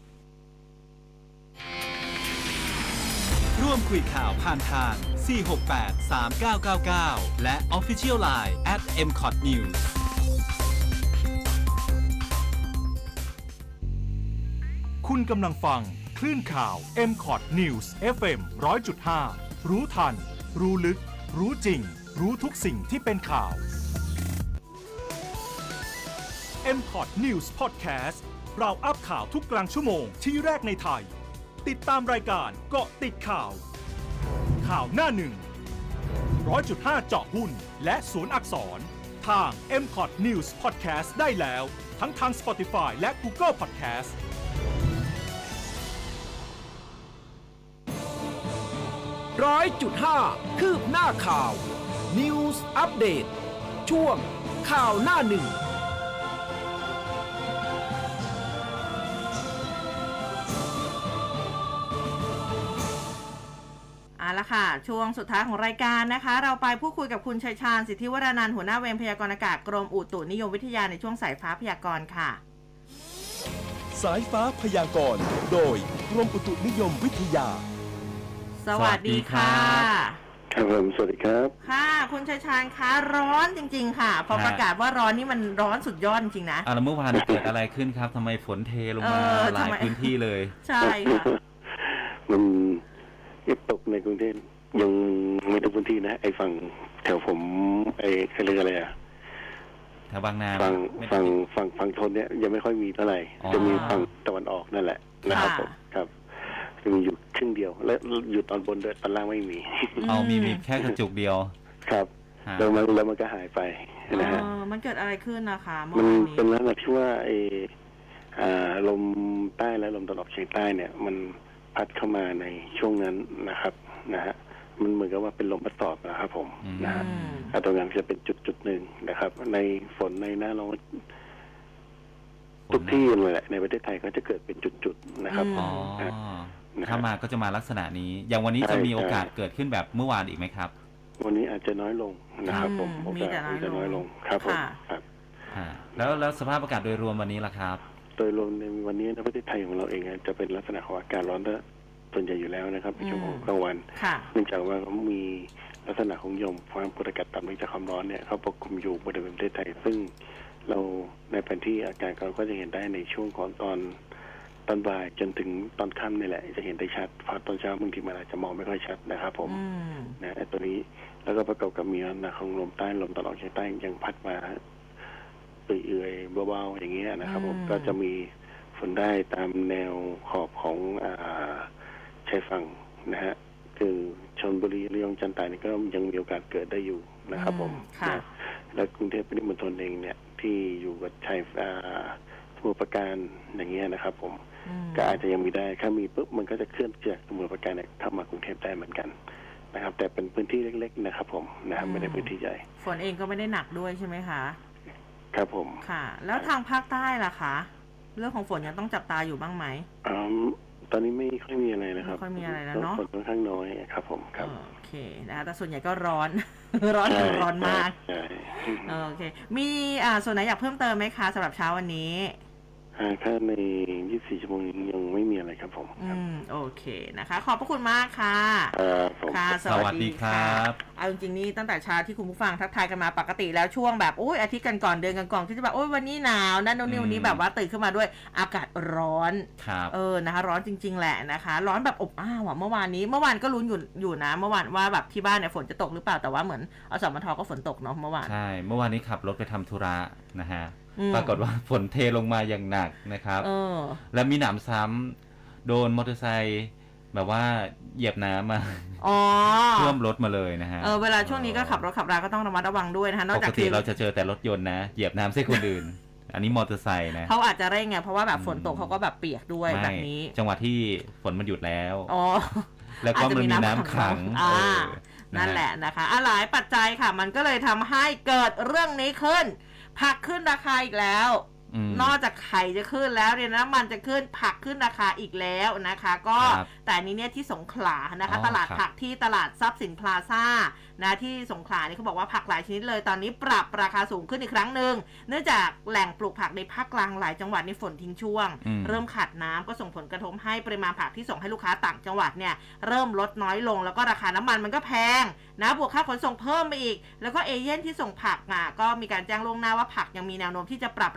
ร่วมคุยข่าวผ่านทางสี่ หก แปด สาม เก้า เก้า เก้าและ Official ไลน์ แอท เอ็ม คอท นิวส์ คุณกำลังฟังคลื่นข่าว เอ็ม คอท News เอฟ เอ็ม หนึ่งร้อยจุดห้า รู้ทันรู้ลึกรู้จริงรู้ทุกสิ่งที่เป็นข่าว เอ็ม คอท News Podcast เราอัปข่าวทุกกลางชั่วโมงที่แรกในไทยติดตามรายการเกาะติดข่าวข่าวหน้าหนึ่ง หนึ่งร้อยจุดห้า เจาะหุ้นและศูนย์อักษรทาง เอ็ม คอท News Podcast ได้แล้วทั้งทาง Spotify และ Google Podcast ร้อยจุดห้าคืบหน้าข่าว News Update ช่วงข่าวหน้าหนึ่งเอาละค่ะช่วงสุดท้ายของรายการนะคะเราไปพูดคุยกับคุณชัยชาญสิทธิวรานันท์หัวหน้าเวรพยากรณ์อากาศกรมอุตุนิยมวิทยาในช่วงสายฟ้าพยากรณ์ค่ะสายฟ้าพยากรณ์โดยกรมอุตุนิยมวิทยาสวัสดีค่ะครับผมสวัสดีครับค่ะคุณชัยชาญคะร้อนจริงๆค่ะพอประกาศว่าร้อนนี่มันร้อนสุดยอดจริงๆนะอ่าแล้วเมื่อวานเกิดอะไรขึ้นครับทำไมฝนเทลงมาหลายพื้นที่เลยใช่ค่ะมันตกในกรุงเทพยังไม่ทุกพื้นที่นะไอ้ฝั่งแถวผมไอ้เขาเรียกอะไรอะแถวบางนาฝั่งฝั่งฝั่งฝั่งทนเนี่ยยังไม่ค่อยมีเท่าไหร่จะมีฝั่งตะวันออกนั่นแหละนะครับผมครับจะมีอยู่ครึ่งเดียวและอยู่ตอนบนด้วยตอนล่างไม่มีเอามีมีแค่กระจุกเดียวครับแล้วมันแล้วมันก็หายไปนะฮะมันเกิดอะไรขึ้นนะคะมันเป็นลักษณะที่ว่าไอ้ลมใต้และลมตะวันออกเฉียงใต้เนี่ยมันพัดเข้ามาในช่วงนั้นนะครับนะฮะมันเหมือนกับว่าเป็นลมพัดสอบนะครับผมนะฮะตรงนั้นจะเป็นจุดจุดหนึ่งนะครับในฝนในหน้าร้อนทุกที่เลยแหละในประเทศไทยก็จะเกิดเป็นจุดๆนะครับอ๋อถ้ามาก็จะมาลักษณะนี้อย่างวันนี้จะมีโอกาสเกิดขึ้นแบบเมื่อวานอีกไหมครับวันนี้อาจจะน้อยลงนะครับผมโอกาสจะน้อยลงครับผมครับแล้วแล้วสภาพอากาศโดยรวมวันนี้ล่ะครับโดยรวมในวันนี้ในประเทศไทยของเราเองจะเป็นลักษณะของอากาศร้อนส่วนใหญ่อยู่แล้วนะครับในช่วงของกลางวันเนื่องจากว่าเขามีลักษณะของหย่อมความกดอากาศต่ำเนื่องจากความร้อนเนี่ยเขาปกคลุมอยู่บริเวณประเทศไทยซึ่งเราในแผนที่อากาศเราก็จะเห็นได้ในช่วงของตอนตอนบ่ายจนถึงตอนค่ำนี่แหละจะเห็นได้ชัดเพราะตอนเช้าบางทีมันอาจจะมองไม่ค่อยชัดนะครับผมนะตัวนี้แล้วก็ประกอบกับมีลักษณะของลมใต้ลมตะวันออกเฉียงใต้ยังพัดมาเอื่อยๆเบาๆอย่างเงี้ยนะครับผมก็จะมีฝนได้ตามแนวขอบของชายฝั่งนะฮะคือชลบุรีระยองจันทร์ใต้นี่ก็ยังมีโอกาสเกิดได้อยู่นะครับผมนะและกรุงเทพปริมณฑลเองเนี่ยที่อยู่กับชายสมุทรปราการอย่างเงี้ยนะครับผมก็อาจจะยังมีได้ถ้ามีปุ๊บมันก็จะเคลื่อนจากสมุทรปราการเข้ามากรุงเทพได้เหมือนกันนะครับแต่เป็นพื้นที่เล็กๆนะครับผมนะครับไม่ได้พื้นที่ใหญ่ฝนเองก็ไม่ได้หนักด้วยใช่ไหมคะครับผมค่ะแล้วทางภาคใต้ล่ะคะเรื่องของฝนยังต้องจับตาอยู่บ้างไหมอ๋อตอนนี้ไม่ค่อยมีอะไรนะครับไม่ค่อยมีอะไรแล้วเนาะฝนค่อนข้างน้อยครับผมครับโอเคนะคะแต่ส่วนใหญ่ก็ร้อนร้อนร้อนมากโอเคมีอ่าส่วนไหนอยากเพิ่มเติมไหมคะสำหรับเช้าวันนี้ถ้าในยี่สิบสี่ชั่วโมงยังไม่มีอะไรครับผมอืมโอเคนะคะขอบพระคุณมากค่ะค่ะสวัสดีครับเอาจริงๆนี่ตั้งแต่เช้าที่คุณผู้ฟังทักทายกันมาปกติแล้วช่วงแบบโอ้ยอาทิตย์กันก่อนเดือนกันก่อนที่จะแบบโอ้ยวันนี้หนาวนั่นนู่นวันนี้แบบว่าตื่นขึ้นมาด้วยอากาศร้อนเออนะคะร้อนจริงๆแหละนะคะร้อนแบบอบอ้าวเมื่อวานนี้เมื่อวานก็ลุ้นอยู่อยู่นะเมื่อวานว่าแบบที่บ้านเนี่ยฝนจะตกหรือเปล่าแต่ว่าเหมือนอสมทก็ฝนตกเนาะเมื่อวานใช่เมื่อวานนี้ขับรถไปทำธุระนะฮะปรากฏว่าฝนเทลงมาอย่างหนักนะครับและมีหนำซ้ำโดนมอเตอร์ไซค์แบบว่าเหยียบน้ำมาท่วมรถมาเลยนะฮะเออเวลาช่วงนี้ก็ขับรถขับราก็ต้องระมัดระวังด้วยนะคะนอกจากปกติเราจะเจอแต่รถยนต์นะเหยียบน้ำใส่คนอื่นอันนี้มอเตอร์ไซค์นะเขาอาจจะเร่งไงเพราะว่าแบบฝนตกเขาก็แบบเปียกด้วยแบบนี้จังหวะที่ฝนมันหยุดแล้วแล้วก็มันมีน้ำขังนั่นแหละนะคะหลายปัจจัยค่ะมันก็เลยทำให้เกิดเรื่องนี้ขึ้นผักขึ้นราคาอีกแล้วนอกจากไข่จะขึ้นแล้วเนี่ยน้ำมันจะขึ้นผักขึ้นราคาอีกแล้วนะคะก็แต่นี้เนี่ยที่สงขลานะคะตลาดผักที่ตลาดทรัพย์สินพลาซ่านะที่สงขลานี่เขาบอกว่าผักหลายชนิดเลยตอนนี้ปรับราคาสูงขึ้นอีกครั้งหนึ่งเนื่องจากแหล่งปลูกผักในภาคกลางหลายจังหวัดในฝนทิ้งช่วงเริ่มขาดน้ำก็ส่งผลกระทบให้ปริมาณผักที่ส่งให้ลูกค้าต่างจังหวัดเนี่ยเริ่มลดน้อยลงแล้วก็ราคาน้ำมันมันก็แพงนะบวกค่าขนส่งเพิ่มไปอีกแล้วก็เอเย่นที่ส่งผักอ่ะก็มีการแจ้งล่วงหน้าว่าผักยังมีแนวโน้มที่จะปรับราคาสูง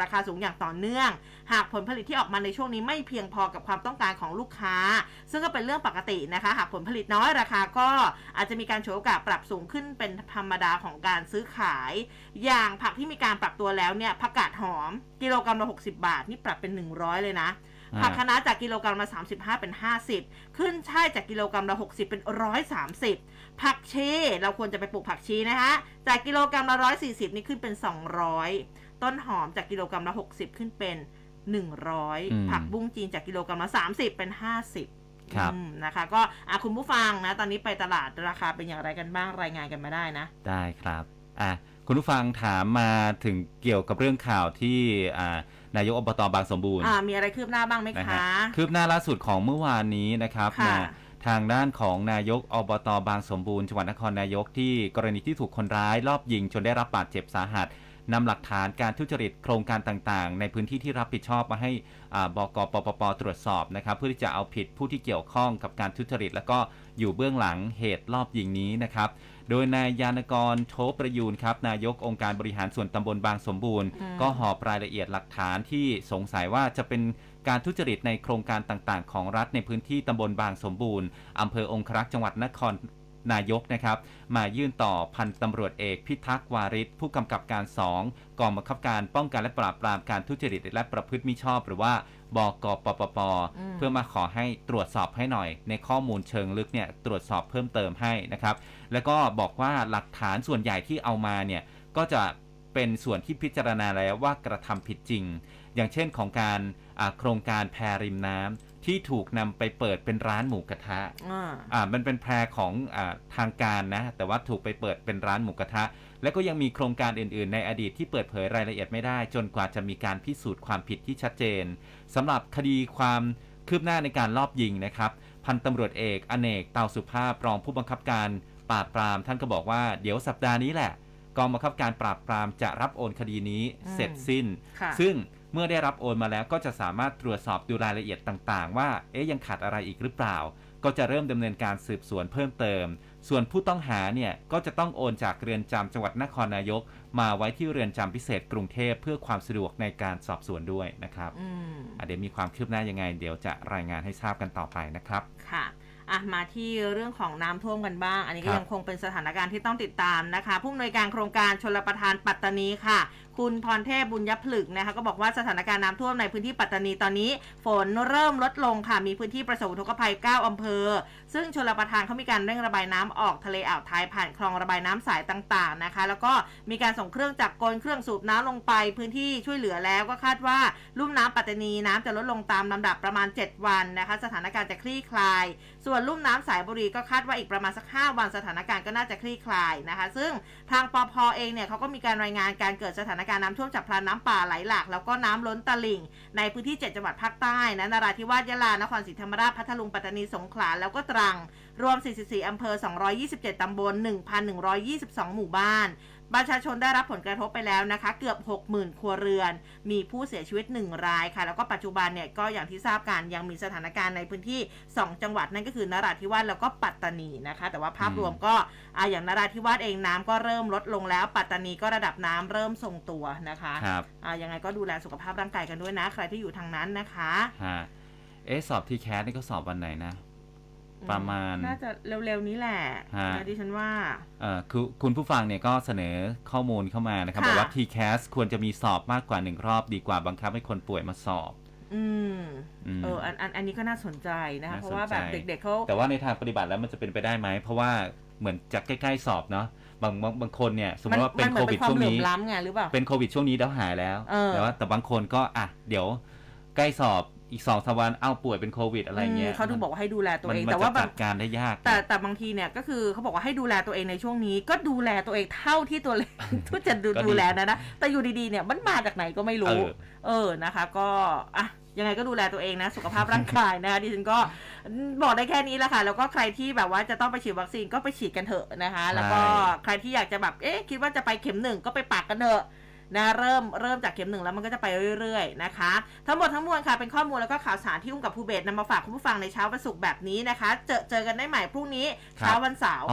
อย่างต่อเนื่องหากผลผลิตที่ออกมาในช่วงนี้ไม่เพียงพอกับความต้องการของลูกค้าซึ่งก็เป็นเรื่องปกตินะคะหากผลผลิตน้อยราคาก็อาจจะมีการฉวยโอกาสปรับสูงขึ้นเป็นธรรมดาของการซื้อขายอย่างผักที่มีการปรับตัวแล้วเนี่ยผักกาดหอมกิโลกรัมละหกสิบบาทนี่ปรับเป็นหนึ่งร้อยเลยนะผักคะน้าจากกิโลกรัมละสามสิบห้าเป็นห้าสิบขึ้นช่ายจากกิโลกรัมละหกสิบเป็นหนึ่งร้อยสามสิบผักชีเราควรจะไปปลูกผักชีนะคะจากกิโลกรัมละหนึ่งร้อยสี่สิบนี่ขึ้นเป็นสองร้อยต้นหอมจากกิโลกรัมละหกสิบขึ้นเป็นหนึ่งร้อยผักบุ้งจีนจากกิโลกรัมละสามสิบเป็นห้าสิบครับนะคะก็อ่ะคุณผู้ฟังนะตอนนี้ไปตลาดราคาเป็นอย่างไรกันบ้างรายงานกันมาได้นะได้ครับอ่ะคุณผู้ฟังถามมาถึงเกี่ยวกับเรื่องข่าวที่อ่านายกอบต.บางสมบูรณ์มีอะไรคืบหน้าบ้างไหมคะคืบหน้าล่าสุดของเมื่อวานนี้นะครับนะทางด้านของนายกอบต.บางสมบูรณ์จังหวัดนครนายกที่กรณีที่ถูกคนร้ายลอบยิงจนได้รับบาดเจ็บสาหัสนำหลักฐานการทุจริตโครงการต่างๆในพื้นที่ที่รับผิดชอบมาให้บก.ปปป.ตรวจสอบนะครับเพื่อที่จะเอาผิดผู้ที่เกี่ยวข้องกับการทุจริตและก็อยู่เบื้องหลังเหตุลอบยิงนี้นะครับโดยนายยานกรโทประยูนครับนายกองค์การบริหารส่วนตำบลบางสมบูรณ์ก็หอบรายละเอียดหลักฐานที่สงสัยว่าจะเป็นการทุจริตในโครงการต่างๆของรัฐในพื้นที่ตำบลบางสมบูรณ์อำเภอองครักษ์จังหวัดนครนายกนะครับมายื่นต่อพันตำรวจเอกพิทักษ์วาริศผู้กำกับการสองกองบังคับการป้องกันและปราบปรามการทุจริตและประพฤติมิชอบหรือว่าบก.ปปป.เพื่อมาขอให้ตรวจสอบให้หน่อยในข้อมูลเชิงลึกเนี่ยตรวจสอบเพิ่มเติมให้นะครับแล้วก็บอกว่าหลักฐานส่วนใหญ่ที่เอามาเนี่ยก็จะเป็นส่วนที่พิจารณาแล้วว่ากระทำผิดจริงอย่างเช่นของการโครงการแพริมน้ำที่ถูกนำไปเปิดเป็นร้านหมูกระทะอ่ามันเป็นแพรของอ่าทางการนะแต่ว่าถูกไปเปิดเป็นร้านหมูกระทะแล้วก็ยังมีโครงการอื่นๆในอดีตที่เปิดเผยรายละเอียดไม่ได้จนกว่าจะมีการพิสูจน์ความผิดที่ชัดเจนสำหรับคดีความคืบหน้าในการลอบยิงนะครับพันตำรวจเอกอเนกเตาสุภาพรองผู้บังคับการปราบปรามท่านก็บอกว่าเดี๋ยวสัปดาห์นี้แหละกองบังคับการปราบปรามจะรับโอนคดีนี้เสร็จสิ้นซึ่งเมื่อได้รับโอนมาแล้วก็จะสามารถตรวจสอบดูรายละเอียดต่างๆว่าเอ๊ยยังขาดอะไรอีกหรือเปล่าก็จะเริ่มดำเนินการสืบสวนเพิ่มเติมส่วนผู้ต้องหาเนี่ยก็จะต้องโอนจากเรือนจำจังหวัดนครนายกมาไว้ที่เรือนจำพิเศษกรุงเทพเพื่อความสะดวกในการสอบสวนด้วยนะครับเดี๋ยวมีความคืบหน้ายังไงเดี๋ยวจะรายงานให้ทราบกันต่อไปนะครับค่ะอ่ะมาที่เรื่องของน้ำท่วมกันบ้างอันนี้ก็ยังคงเป็นสถานการณ์ที่ต้องติดตามนะคะผู้อำนวยการโครงการชลประทานปัตตานีค่ะคุณพรเทพบุญยผลึกนะคะก็บอกว่าสถานการณ์น้ำท่วมในพื้นที่ปัตตานีตอนนี้ฝนเริ่มลดลงค่ะมีพื้นที่ประสบอุทกภัยเก้าอำเภอซึ่งชลประทานเขามีการเร่งระบายน้ำออกทะเลอ่าวไทยผ่านคลองระบายน้ำสายต่างๆนะคะแล้วก็มีการส่งเครื่องจักรกลเครื่องสูบน้ำลงไปพื้นที่ช่วยเหลือแล้วก็คาดว่าลุ่มน้ำปัตตานีน้ำจะลดลงตามลำดับประมาณเจ็ดวันนะคะสถานการณ์จะคลี่คลายส่วนลุ่มน้ำสายบุรีก็คาดว่าอีกประมาณสักห้าวันสถานการณ์ก็น่าจะคลี่คลายนะคะซึ่งทางปภ.เองเนี่ยเขาก็มีการรายงานการเกิดสถานการณ์น้ำท่วมฉับพลันน้ำป่าไหลหลากแล้วก็น้ำล้นตลิ่งในพื้นที่เจ็ดจังหวัดภาคใต้นะนราธิวาสยะลานครศรีธรรมราชพัทลุงปัตตานีสงขลาแล้วก็ตรังรวมสี่สิบสี่อำเภอสองร้อยยี่สิบเจ็ดตำบล หนึ่งพันหนึ่งร้อยยี่สิบสอง หมู่บ้านประชาชนได้รับผลกระทบไปแล้วนะคะเกือบ หกหมื่น ครัวเรือนมีผู้เสียชีวิตหนึ่งรายค่ะแล้วก็ปัจจุบันเนี่ยก็อย่างที่ทราบกันยังมีสถานการณ์ในพื้นที่สองจังหวัดนั่นก็คือนราธิวาสแล้วก็ปัตตานีนะคะแต่ว่าภาพรวมก็อ่าอย่างนราธิวาสเองน้ำก็เริ่มลดลงแล้วปัตตานีก็ระดับน้ำเริ่มทรงตัวนะคะครับอ่ายังไงก็ดูแลสุขภาพร่างกายกันด้วยนะใครที่อยู่ทางนั้นนะคะฮะเอ๊ะสอบทีแคสนี่ก็สอบวันไหนนะประมาณน่าจะเร็วๆนี้แหละนะดิฉันว่าเอ่อคือคุณผู้ฟังเนี่ยก็เสนอข้อมูลเข้ามานะครับบอกว่า ที แคส ควรจะมีสอบมากกว่าหนึ่งรอบดีกว่าบังคับให้คนป่วยมาสอบอืมเอออันอันอันนี้ก็น่าสนใจนะคะเพราะว่าแบบเด็กๆเขาแต่ว่าในทางปฏิบัติแล้วมันจะเป็นไปได้ไหมเพราะว่าเหมือนจะใกล้ๆสอบเนาะบางบางคนเนี่ยสมมติว่าเป็นโควิดช่วงนี้เป็นโควิดช่วงนี้แล้วหายแล้วแต่ว่าแต่บางคนก็อ่ะเดี๋ยวใกล้สอบอีกสองสามวันเอ้าป่วยเป็นโควิดอะไรเงี้ยเขาถึงบอกว่าให้ดูแลตัวเองแต่ว่าจัดการได้ยากแต่แต่บางทีเนี่ยก็คือเขาบอกว่าให้ดูแลตัวเองในช่วงนี้ก็ดูแลตัวเองเท่าที่ตัวเล็กทุกจะดูดูแลนะนะแต่อยู่ดีๆเนี่ยมันมาจากไหนก็ไม่รู้เออนะคะก็อ่ะยังไงก็ดูแลตัวเองนะสุขภาพร่างกายนะคะดิฉันก็บอกได้แค่นี้แหละค่ะแล้วก็ใครที่แบบว่าจะต้องไปฉีดวัคซีนก็ไปฉีดกันเถอะนะคะแล้วก็ใครที่อยากจะแบบเอ๊ะคิดว่าจะไปเข็มหนึ่งก็ไปปักกันเถอะนะเริ่มเริ่มจากเข็มหนึ่งแล้วมันก็จะไปเรื่อยๆนะคะทั้งหมดทั้งมวลค่ะเป็นข้อมูลแล้วก็ข่าวสารที่อุ้มกับภูเบศนำมาฝากคุณผู้ฟังในเช้าวันศุกร์แบบนี้นะคะเจอเจอกันได้ใหม่พรุ่งนี้เช้าวันเสาร์อ๋อ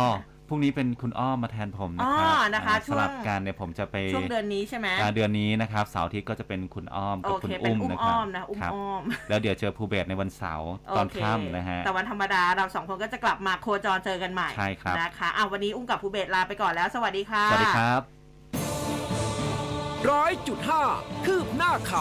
พรุ่งนี้เป็นคุณอ้อมมาแทนผมนะครับนะคะสลับกันเนี่ยผมจะไปช่วงเดือนนี้ใช่ไหมเดือนนี้นะครับเสาร์อาทิตย์ก็จะเป็นคุณอ้อมกับคุณอุ้มนะครับครับแล้วเดี๋ยวเจอภูเบศในวันเสาร์ตอนค่ำนะฮะแต่วันธรรมดาเราสองคนก็จะกลับมาโคจรเจอกันใหม่ใช่ครับนะคะอ่ะวันนี้อุ้มกับภูเบศลาไปก่อนแล้วสวัสดีค่ะสวัสดีครับร้อยจุดห้าคืบหน้าข่าว